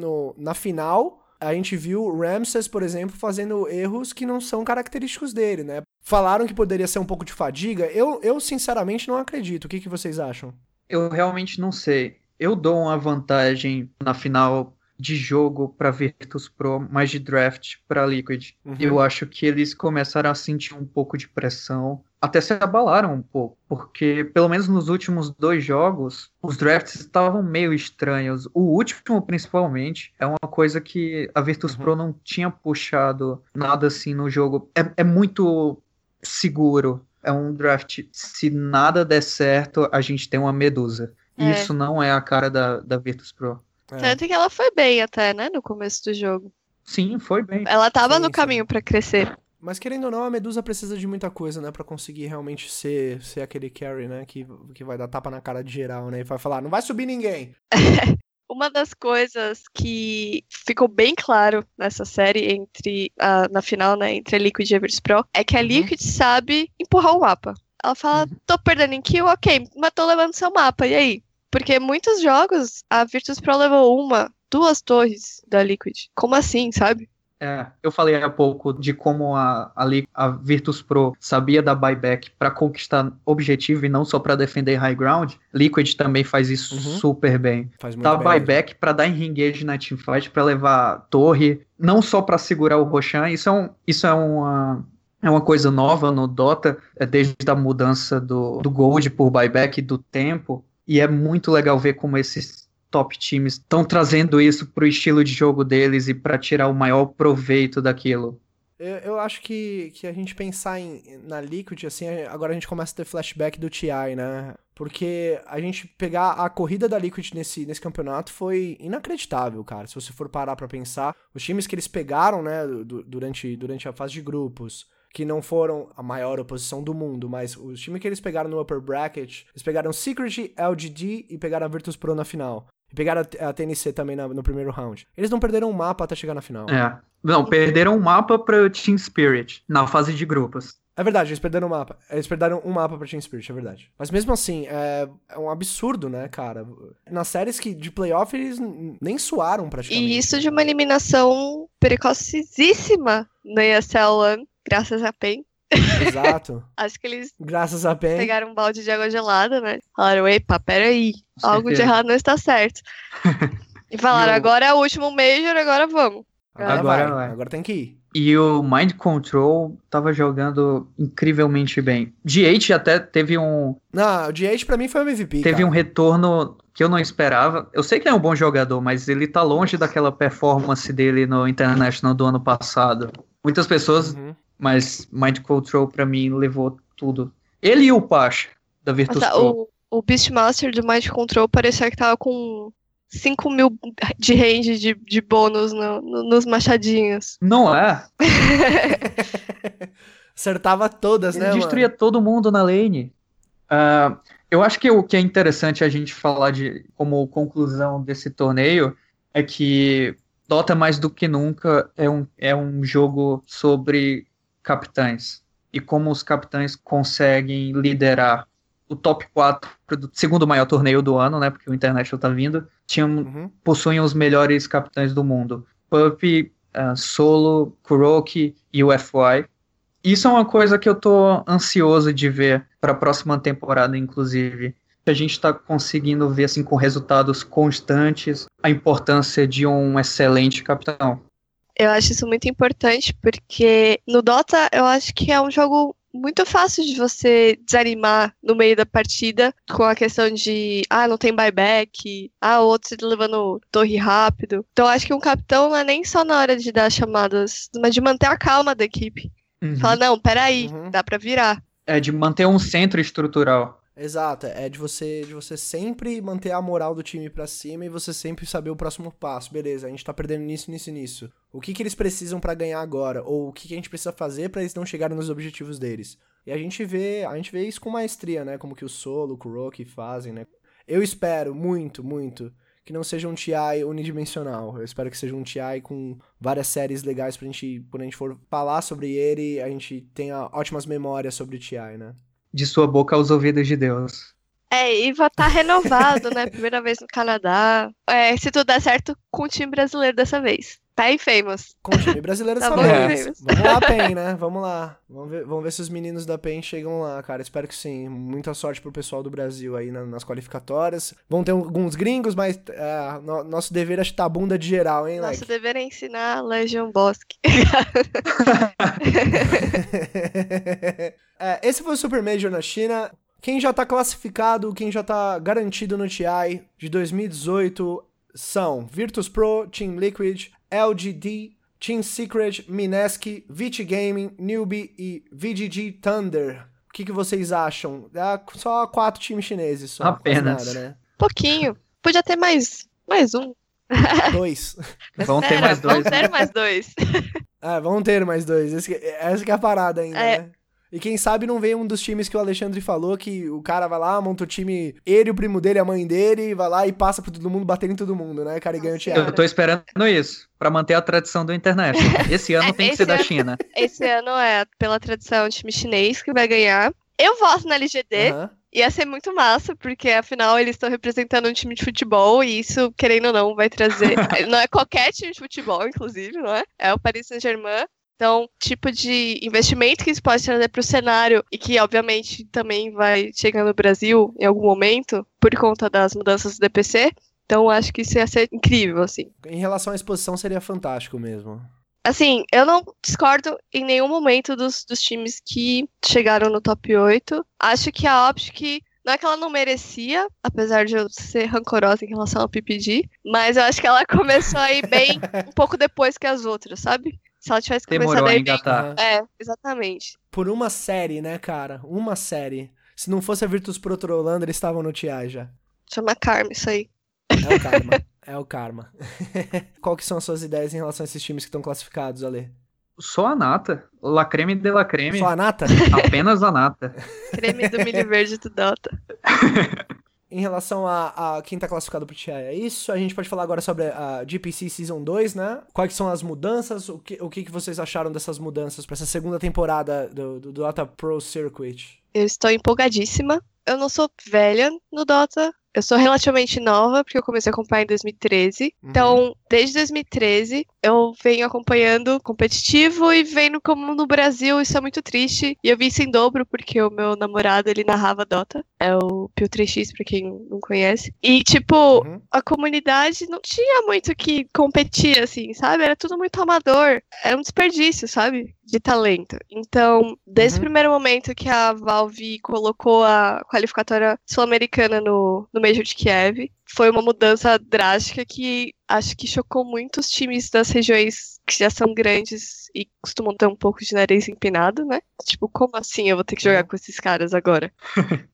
na final a gente viu o Ramses, por exemplo, fazendo erros que não são característicos dele, né? Falaram que poderia ser um pouco de fadiga. Eu sinceramente não acredito. O que vocês acham? Eu realmente não sei. Eu dou uma vantagem na final de jogo para Virtus.pro, mas de draft para Liquid. Eu acho que eles começaram a sentir um pouco de pressão, até se abalaram um pouco, porque pelo menos nos últimos 2 jogos, os drafts estavam meio estranhos. O último, principalmente, é uma coisa que a Virtus.pro não tinha puxado nada assim no jogo. É muito seguro. É um draft, se nada der certo, a gente tem uma medusa. Isso não é a cara da Virtus.pro. Tanto que ela foi bem até, né, no começo do jogo. Sim, foi bem. Ela tava no caminho pra crescer. Mas querendo ou não, a Medusa precisa de muita coisa, né, pra conseguir realmente ser aquele carry, né, que vai dar tapa na cara de geral, né, e vai falar, não vai subir ninguém. Uma das coisas que ficou bem claro nessa série na final, né, entre a Liquid e a Virtus.pro, é que a Liquid sabe empurrar o mapa. Ela fala, tô perdendo em kill, ok, mas tô levando seu mapa, e aí? Porque muitos jogos, a Virtus.pro levou 1, 2 torres da Liquid. Como assim, sabe? Eu falei há pouco de como a Virtus.pro sabia dar buyback para conquistar objetivo e não só para defender high ground. Liquid também faz isso super bem. Dá buyback para dar engage na teamfight, para levar torre, não só para segurar o Roshan. Isso é uma coisa nova no Dota, desde a mudança do Gold por buyback do tempo. E é muito legal ver como esses top times estão trazendo isso pro estilo de jogo deles e para tirar o maior proveito daquilo. Eu acho que a gente pensar na Liquid, assim, agora a gente começa a ter flashback do TI, né? Porque a gente pegar a corrida da Liquid nesse campeonato foi inacreditável, cara. Se você for parar pra pensar, os times que eles pegaram, né, durante a fase de grupos, que não foram a maior oposição do mundo, mas os times que eles pegaram no upper bracket, eles pegaram Secret, LGD e pegaram a Virtus.pro na final. E pegaram a TNC também no primeiro round. Eles não perderam um mapa até chegar na final. Não, perderam um mapa pra Team Spirit na fase de grupos. É verdade, eles perderam um mapa. Eles perderam um mapa pra Team Spirit, é verdade. Mas mesmo assim, é um absurdo, né, cara? Nas séries de playoff, eles nem suaram praticamente. E isso de uma eliminação precocíssima na ESL One, graças a PEN. Exato. Acho que eles graças a PEN pegaram um balde de água gelada, né? Falaram, epa, peraí, algo de errado não está certo. E falaram, agora é o último Major, agora vamos. Agora tem que ir. E o Mind Control tava jogando incrivelmente bem. GH até teve um... Não, o GH pra mim foi o MVP, Teve um retorno que eu não esperava. Eu sei que ele é um bom jogador, mas ele tá longe daquela performance dele no International do ano passado. Muitas pessoas... Mas Mind Control pra mim levou tudo. Ele e o Pasha da Virtus.pro. o Beastmaster do Mind Control parecia que tava com 5.000 de range de bônus nos machadinhos. Não é? Acertava todas, né, Ele destruía todo mundo na lane. Eu acho que o que é interessante a gente falar como conclusão desse torneio é que Dota mais do que nunca é um jogo sobre capitães. E como os capitães conseguem liderar o top 4 do segundo maior torneio do ano, né? Porque o International tá vindo. Possuem os melhores capitães do mundo. Puppey, Solo, Kuroki e o FY. Isso é uma coisa que eu tô ansioso de ver para a próxima temporada, inclusive. A gente está conseguindo ver assim, com resultados constantes a importância de um excelente capitão. Eu acho isso muito importante, porque no Dota eu acho que é um jogo muito fácil de você desanimar no meio da partida com a questão de, não tem buyback, o outro tá levando torre rápido. Então eu acho que um capitão não é nem só na hora de dar chamadas, mas de manter a calma da equipe. Fala, não, peraí, dá pra virar. É de manter um centro estrutural. Exato, é de você sempre manter a moral do time pra cima e você sempre saber o próximo passo. Beleza, a gente tá perdendo nisso. O que eles precisam pra ganhar agora? Ou o que a gente precisa fazer pra eles não chegarem nos objetivos deles? E a gente vê isso com maestria, né? Como que o Solo, o Kuroki fazem, né? Eu espero muito, muito que não seja um TI unidimensional. Eu espero que seja um TI com várias séries legais pra gente, quando a gente for falar sobre ele, a gente tenha ótimas memórias sobre o TI, né? De sua boca aos ouvidos de Deus. E vai estar renovado, né? Primeira vez no Canadá. Se tudo der certo, com o time brasileiro dessa vez. Tá aí, Famous. Com o time brasileiro dessa vez. Vamos lá, PEN, né? Vamos lá. Vamos ver se os meninos da PEN chegam lá, cara. Espero que sim. Muita sorte pro pessoal do Brasil aí nas qualificatórias. Vão ter alguns gringos, mas nosso dever é chutar a bunda de geral, hein, Nosso dever é ensinar a Legion Bosque. Esse foi o Super Major na China. Quem já tá classificado, quem já tá garantido no TI de 2018 são Virtus.pro, Team Liquid, LGD, Team Secret, Mineski, Vit Gaming, Newbie e VGG Thunder. O que vocês acham? Só 4 times chineses só. Apenas. Nada, né? Pouquinho. Podia ter mais um. 2. Vão ter mais 2. Vão ter mais 2. Vão ter mais 2. Essa que é a parada ainda, né? E quem sabe não vem um dos times que o Alexandre falou, que o cara vai lá, monta o time, ele, o primo dele, a mãe dele, vai lá e passa pra todo mundo, batendo em todo mundo, né? Cara, e ganha o TI. Eu tô esperando isso, pra manter a tradição do internet. Esse ano tem que ser da China. Esse ano pela tradição, o time chinês que vai ganhar. Eu voto na LGD. Ia ser muito massa, porque afinal eles estão representando um time de futebol e isso, querendo ou não, vai trazer... Não é qualquer time de futebol, inclusive, não é? É o Paris Saint-Germain. Então, tipo de investimento que isso pode trazer para o cenário e que, obviamente, também vai chegar no Brasil em algum momento por conta das mudanças do DPC. Então, acho que isso ia ser incrível, assim. Em relação à exposição, seria fantástico mesmo. Assim, eu não discordo em nenhum momento dos times que chegaram no top 8. Acho que a Optic, não é que ela não merecia, apesar de eu ser rancorosa em relação ao PPG, mas eu acho que ela começou a ir bem um pouco depois que as outras, sabe? Se ela tivesse começado a engatar. Exatamente. Por uma série, né, cara? Uma série. Se não fosse a Virtus.pro trolando, eles estavam no TI já. Chama karma isso aí. É o karma. É o karma. Qual que são as suas ideias em relação a esses times que estão classificados, Ale? Só a nata. La creme de la creme. Só a nata? Apenas a nata. Creme do milho verde do Dota. Em relação a quem tá classificado pro TI, é isso. A gente pode falar agora sobre a GPC Season 2, né? Quais são as mudanças? O que vocês acharam dessas mudanças pra essa segunda temporada do Dota Pro Circuit? Eu estou empolgadíssima. Eu não sou velha no Dota. Eu sou relativamente nova, porque eu comecei a acompanhar em 2013. Então, desde 2013, eu venho acompanhando competitivo e vendo como no Brasil isso é muito triste. E eu vi isso em dobro, porque o meu namorado, ele narrava Dota. É o Pio 3X, pra quem não conhece. E, tipo, a comunidade não tinha muito que competir, assim, sabe? Era tudo muito amador. Era um desperdício, sabe? De talento. Então, desde o primeiro momento que a Valve colocou a qualificatória sul-americana no Major de Kiev, foi uma mudança drástica que acho que chocou muitos times das regiões que já são grandes e costumam ter um pouco de nariz empinado, né? Tipo, como assim eu vou ter que jogar com esses caras agora?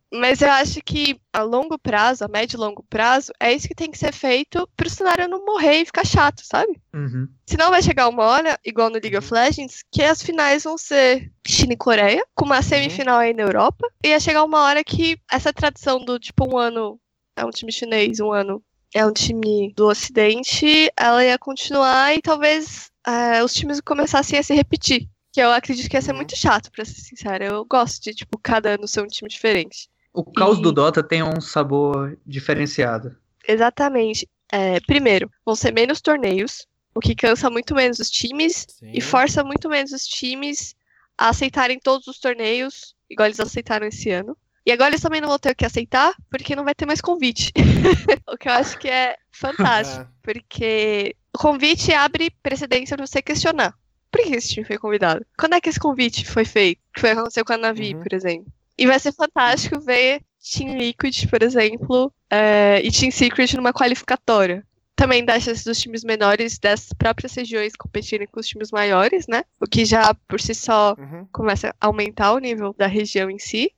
Mas eu acho que a longo prazo, a médio e longo prazo, é isso que tem que ser feito pro cenário não morrer e ficar chato, sabe? Uhum. Senão vai chegar uma hora, igual no League of Legends, que as finais vão ser China e Coreia, com uma semifinal aí na Europa, e ia chegar uma hora que essa tradição do, tipo, um ano é um time chinês, um ano é um time do Ocidente, ela ia continuar e talvez os times começassem a se repetir. Que eu acredito que ia ser muito chato, pra ser sincera. Eu gosto de, tipo, cada ano ser um time diferente. O caos do Dota tem um sabor diferenciado. Exatamente. Primeiro, vão ser menos torneios, o que cansa muito menos os times e força muito menos os times a aceitarem todos os torneios, igual eles aceitaram esse ano. E agora eles também não vão ter o que aceitar, porque não vai ter mais convite. O que eu acho que é fantástico, porque o convite abre precedência pra você questionar. Por que esse time foi convidado? Quando é que esse convite foi feito? Que foi acontecer com a Navi, por exemplo. E vai ser fantástico ver Team Liquid, por exemplo, e Team Secret numa qualificatória. Também dá chance dos times menores das próprias regiões competirem com os times maiores, né? O que já, por si só, começa a aumentar o nível da região em si.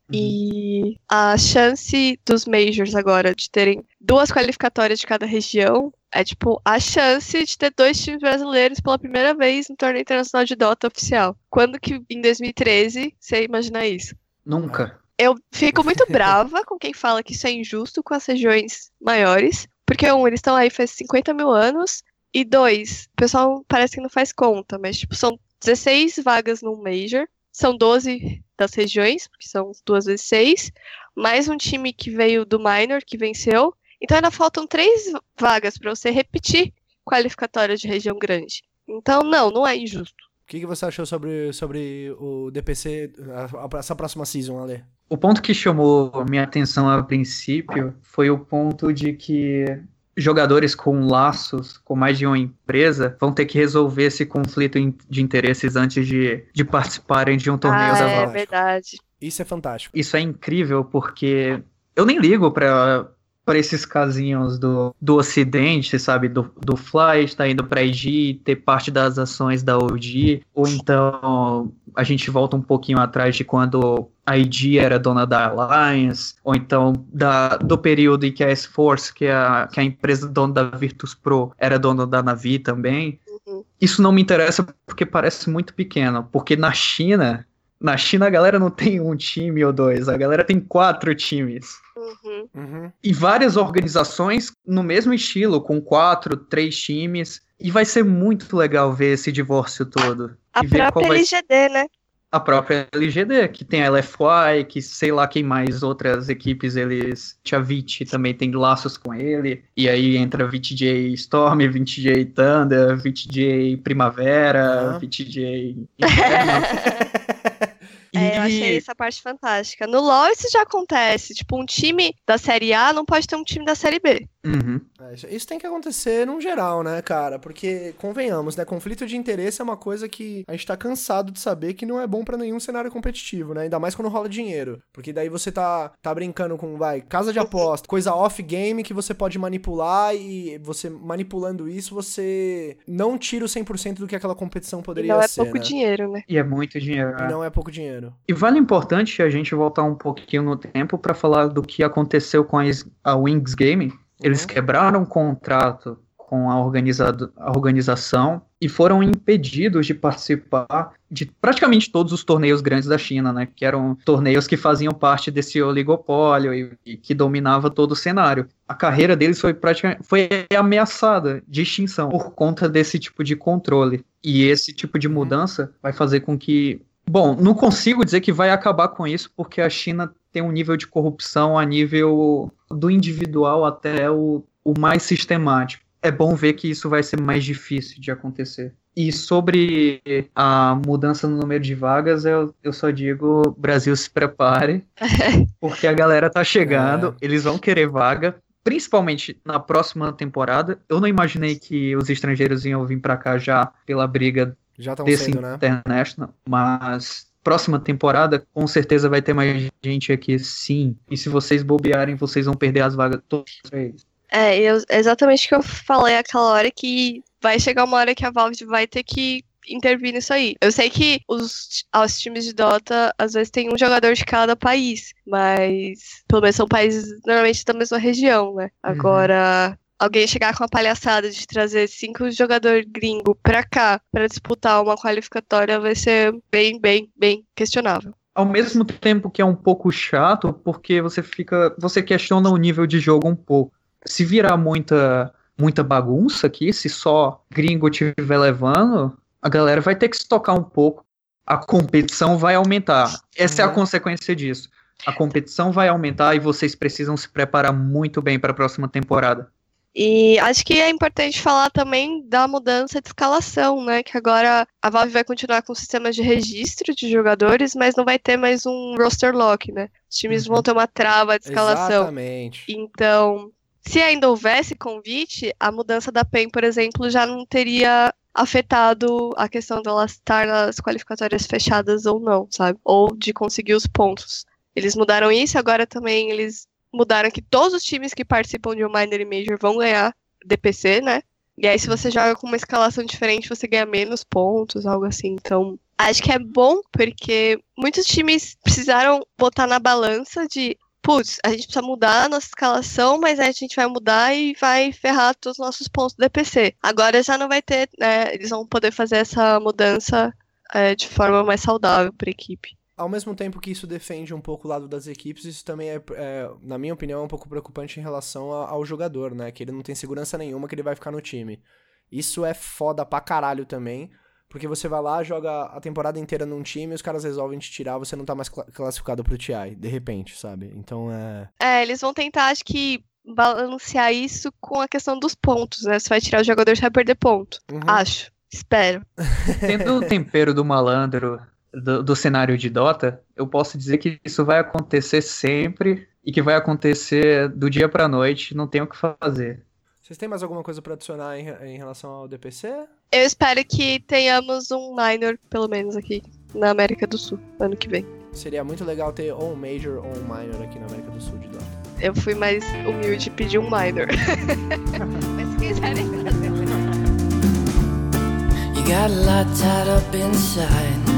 E a chance dos Majors agora de terem 2 qualificatórias de cada região é, tipo, a chance de ter 2 times brasileiros pela primeira vez no torneio internacional de Dota oficial. Quando que, em 2013, você imagina isso? Nunca. Eu fico muito brava com quem fala que isso é injusto com as regiões maiores. Porque, eles estão aí faz 50 mil anos. E 2, o pessoal parece que não faz conta. Mas, tipo, são 16 vagas num Major. São 12 das regiões, porque são 2 vezes 6. Mais um time que veio do Minor, que venceu. Então ainda faltam 3 vagas para você repetir qualificatórias de região grande. Então, não é injusto. O que você achou sobre o DPC, essa próxima season, Ale? O ponto que chamou minha atenção a princípio foi o ponto de que jogadores com laços, com mais de uma empresa, vão ter que resolver esse conflito de interesses antes de participarem de um torneio da Valve. É verdade. Isso é fantástico. Isso é incrível porque eu nem ligo pra esses casinhos do Ocidente, sabe? Do Fly estar indo pra IG, ter parte das ações da OG, ou então a gente volta um pouquinho atrás de quando a IG era dona da Alliance, ou então do período em que a S-Force, que é a empresa dona da Virtus Pro, era dona da Navi também. Isso não me interessa porque parece muito pequeno, porque na China a galera não tem um time ou 2, a galera tem 4 times. E várias organizações no mesmo estilo, com 4, 3 times. E vai ser muito legal ver esse divórcio todo. A própria LGD, né? A própria LGD, que tem a LFY, que sei lá quem mais outras equipes Tia VIT também tem laços com ele. E aí entra VTJ Storm, VTJ Thunder, VTJ Primavera, VTJ Inferno. Eu achei essa parte fantástica. No LoL isso já acontece. Tipo, um time da Série A não pode ter um time da Série B. Isso tem que acontecer num geral, né, cara? Porque, convenhamos, né? Conflito de interesse é uma coisa que a gente tá cansado de saber que não é bom pra nenhum cenário competitivo, né? Ainda mais quando rola dinheiro. Porque daí você tá brincando com, casa de aposta, coisa off-game que você pode manipular e você manipulando isso, você não tira o 100% do que aquela competição poderia ser, não é pouco dinheiro, né? E é muito dinheiro. E não é pouco dinheiro. E vale importante a gente voltar um pouquinho no tempo pra falar do que aconteceu com a Wings Gaming. Eles quebraram o contrato com a organização e foram impedidos de participar de praticamente todos os torneios grandes da China, né? Que eram torneios que faziam parte desse oligopólio e que dominava todo o cenário. A carreira deles foi ameaçada de extinção por conta desse tipo de controle. E esse tipo de mudança vai fazer com que... Bom, não consigo dizer que vai acabar com isso, porque a China tem um nível de corrupção a nível do individual até o mais sistemático. É bom ver que isso vai ser mais difícil de acontecer. E sobre a mudança no número de vagas, eu só digo, Brasil se prepare, porque a galera tá chegando, eles vão querer vaga, principalmente na próxima temporada. Eu não imaginei que os estrangeiros iam vir pra cá já pela briga já tão desse cedo, né? International, mas próxima temporada com certeza vai ter mais gente aqui, sim. E se vocês bobearem, vocês vão perder as vagas todas vezes. Exatamente o que eu falei aquela hora, que vai chegar uma hora que a Valve vai ter que intervir nisso aí. Eu sei que os times de Dota, às vezes, tem um jogador de cada país, mas pelo menos são países normalmente da mesma região, né? Agora, alguém chegar com a palhaçada de trazer 5 jogadores gringo pra cá pra disputar uma qualificatória vai ser bem, bem, bem questionável. Ao mesmo tempo que é um pouco chato, porque você questiona o nível de jogo um pouco. Se virar muita bagunça aqui, se só gringo estiver levando, a galera vai ter que se tocar um pouco. A competição vai aumentar. Essa é a consequência disso. A competição vai aumentar e vocês precisam se preparar muito bem para a próxima temporada. E acho que é importante falar também da mudança de escalação, né? Que agora a Valve vai continuar com o sistema de registro de jogadores, mas não vai ter mais um roster lock, né? Os times vão ter uma trava de escalação. Exatamente. Então, se ainda houvesse convite, a mudança da PEN, por exemplo, já não teria afetado a questão dela estar nas qualificatórias fechadas ou não, sabe? Ou de conseguir os pontos. Eles mudaram isso, agora também eles mudaram que todos os times que participam de um Minor e Major vão ganhar DPC, né? E aí, se você joga com uma escalação diferente, você ganha menos pontos, algo assim. Então, acho que é bom, porque muitos times precisaram botar na balança de putz, a gente precisa mudar a nossa escalação, mas aí a gente vai mudar e vai ferrar todos os nossos pontos do DPC. Agora já não vai ter, né? Eles vão poder fazer essa mudança de forma mais saudável para a equipe. Ao mesmo tempo que isso defende um pouco o lado das equipes, isso também na minha opinião, é um pouco preocupante em relação ao jogador, né? Que ele não tem segurança nenhuma que ele vai ficar no time. Isso é foda pra caralho também, porque você vai lá, joga a temporada inteira num time, os caras resolvem te tirar, você não tá mais classificado pro TI, de repente, sabe? Então eles vão tentar, acho que, balancear isso com a questão dos pontos, né? Você vai tirar o jogador, você vai perder ponto. Acho. Espero. Tendo o tempero do malandro do cenário de Dota, eu posso dizer que isso vai acontecer sempre e que vai acontecer do dia pra noite, não tem o que fazer. Vocês têm mais alguma coisa pra adicionar em relação ao DPC? Eu espero que tenhamos um minor, pelo menos aqui na América do Sul, ano que vem. Seria muito legal ter ou um Major ou um Minor aqui na América do Sul de Dota. Eu fui mais humilde e pedi um minor. Mas se quiserem fazer. You got a lot tied up inside.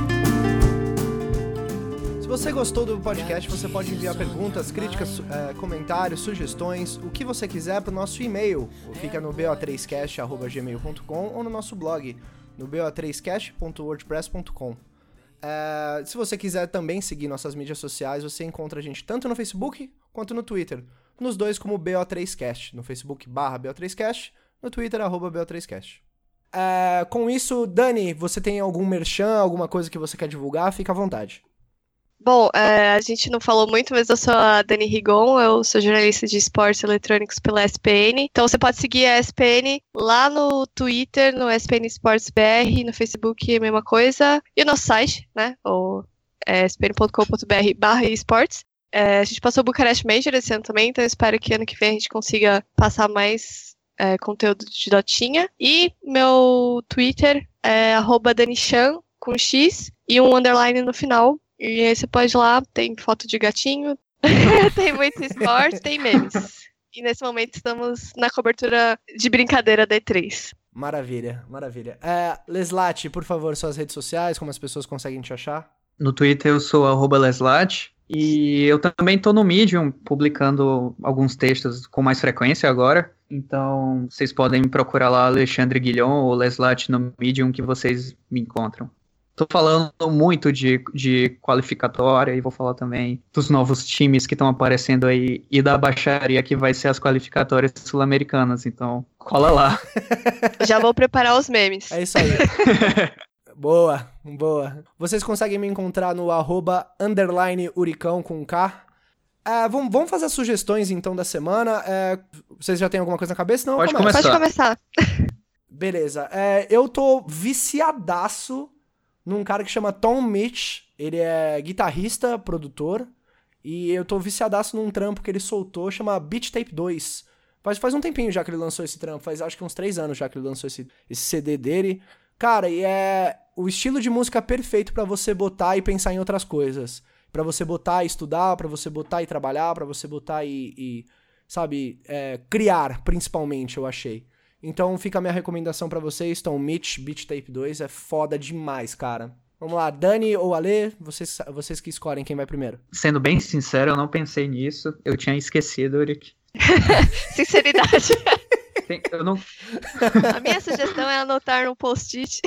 Se você gostou do podcast, você pode enviar perguntas, críticas, comentários, sugestões, o que você quiser para o nosso e-mail. Fica no bo3cast@gmail.com ou no nosso blog, no bo3cast.wordpress.com. Se você quiser também seguir nossas mídias sociais, você encontra a gente tanto no Facebook quanto no Twitter. Nos dois como bo3cast. No Facebook /bo3cast, no Twitter @bo3cast. Com isso, Dani, você tem algum merchan, alguma coisa que você quer divulgar? Fica à vontade. Bom, a gente não falou muito, mas eu sou a Dani Rigon, eu sou jornalista de esportes eletrônicos pela ESPN. Então você pode seguir a ESPN lá no Twitter, no ESPN Esportes BR, no Facebook, a mesma coisa. E o nosso site, né, o espn.com.br/esportes. A gente passou o Bucarest Major esse ano também, então eu espero que ano que vem a gente consiga passar mais conteúdo de Dotinha. E meu Twitter é @danichan, com X, e um underline no final. E aí você pode ir lá, tem foto de gatinho, tem muito esporte, tem memes. E nesse momento estamos na cobertura de brincadeira da E3. Maravilha, maravilha. Leslat, por favor, suas redes sociais, como as pessoas conseguem te achar? No Twitter eu sou @leslat e eu também tô no Medium publicando alguns textos com mais frequência agora. Então vocês podem me procurar lá, Alexandre Guilhon ou Leslat no Medium, que vocês me encontram. Tô falando muito de qualificatória e vou falar também dos novos times que estão aparecendo aí e da baixaria que vai ser as qualificatórias sul-americanas, então cola lá. Já vou preparar os memes. É isso aí. Boa, boa. Vocês conseguem me encontrar no @_uricão com K. Vamos fazer as sugestões então da semana. Vocês já têm alguma coisa na cabeça? Não, Pode começar. Pode começar. Beleza. Eu tô viciadaço num cara que chama Tom Mitch. Ele é guitarrista, produtor, e eu tô viciadaço num trampo que ele soltou, chama Beat Tape 2. Faz um tempinho já que ele lançou esse trampo, faz acho que uns 3 anos já que ele lançou esse CD dele. Cara, e é o estilo de música perfeito pra você botar e pensar em outras coisas. Pra você botar e estudar, pra você botar e trabalhar, pra você botar e sabe, criar, principalmente, eu achei. Então fica a minha recomendação pra vocês. Então, Mitch, Beat Tape 2 é foda demais, cara. Vamos lá, Dani ou Ale, vocês que escolhem quem vai primeiro. Sendo bem sincero, eu não pensei nisso. Eu tinha esquecido, Rick. Sinceridade. Eu não... A minha sugestão é anotar no post-it.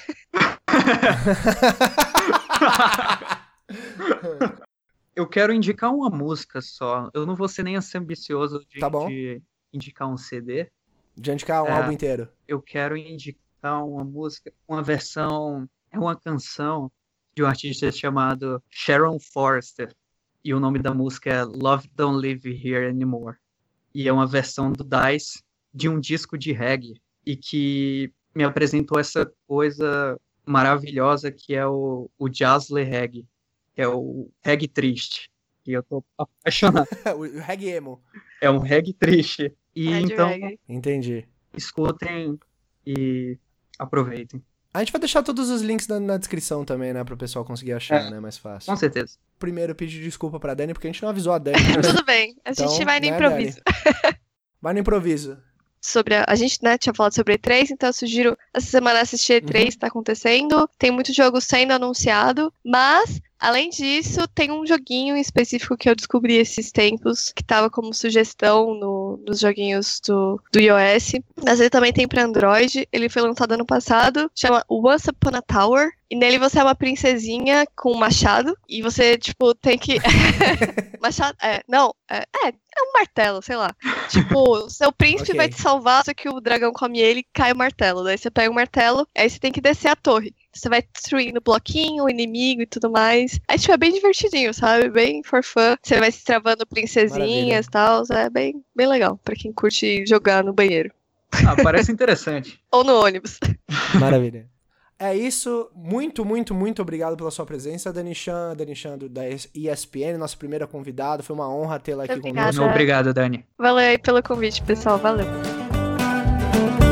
Eu quero indicar uma música só. Eu não vou ser nem assim ambicioso de indicar um CD. De indicar um álbum inteiro. Eu quero indicar uma música, uma versão, é uma canção de um artista chamado Sharon Forrester. E o nome da música é Love Don't Live Here Anymore. E é uma versão do Dice de um disco de reggae. E que me apresentou essa coisa maravilhosa que é o Jazzle Reggae. Que é o reggae triste. E eu tô apaixonado. O reggae emo. É um reggae triste. E então, reggae. Entendi. Escutem e aproveitem. A gente vai deixar todos os links na descrição também, né? Pro pessoal conseguir achar, né? Mais fácil. Com certeza. Primeiro, pedir desculpa pra Dani, porque a gente não avisou a Dani. Tudo bem, a gente Então, vai no né, improviso. Vai no improviso. Sobre a gente, né, tinha falado sobre E3, então eu sugiro essa semana assistir E3, tá acontecendo. Tem muito jogo sendo anunciado, mas, além disso, tem um joguinho específico que eu descobri esses tempos, que tava como sugestão nos joguinhos do iOS. Mas ele também tem pra Android, ele foi lançado ano passado, chama Once Upon a Tower. E nele você é uma princesinha com um machado, e você, tipo, tem que... Machado? É um martelo, sei lá. Tipo, seu príncipe Ok. vai te salvar, só que o dragão come ele e cai o martelo. Daí você pega o martelo, aí você tem que descer a torre. Você vai destruindo o bloquinho, o inimigo e tudo mais. Aí, tipo, é bem divertidinho, sabe? Bem for fun. Você vai se travando princesinhas e tal. É bem, bem legal pra quem curte jogar no banheiro. Parece interessante. Ou no ônibus. Maravilha. É isso. Muito, muito, muito obrigado pela sua presença, Dani Chan da ESPN, nossa primeira convidada. Foi uma honra tê-la aqui Obrigada. conosco. Obrigado, Dani. Valeu aí pelo convite, pessoal. Valeu.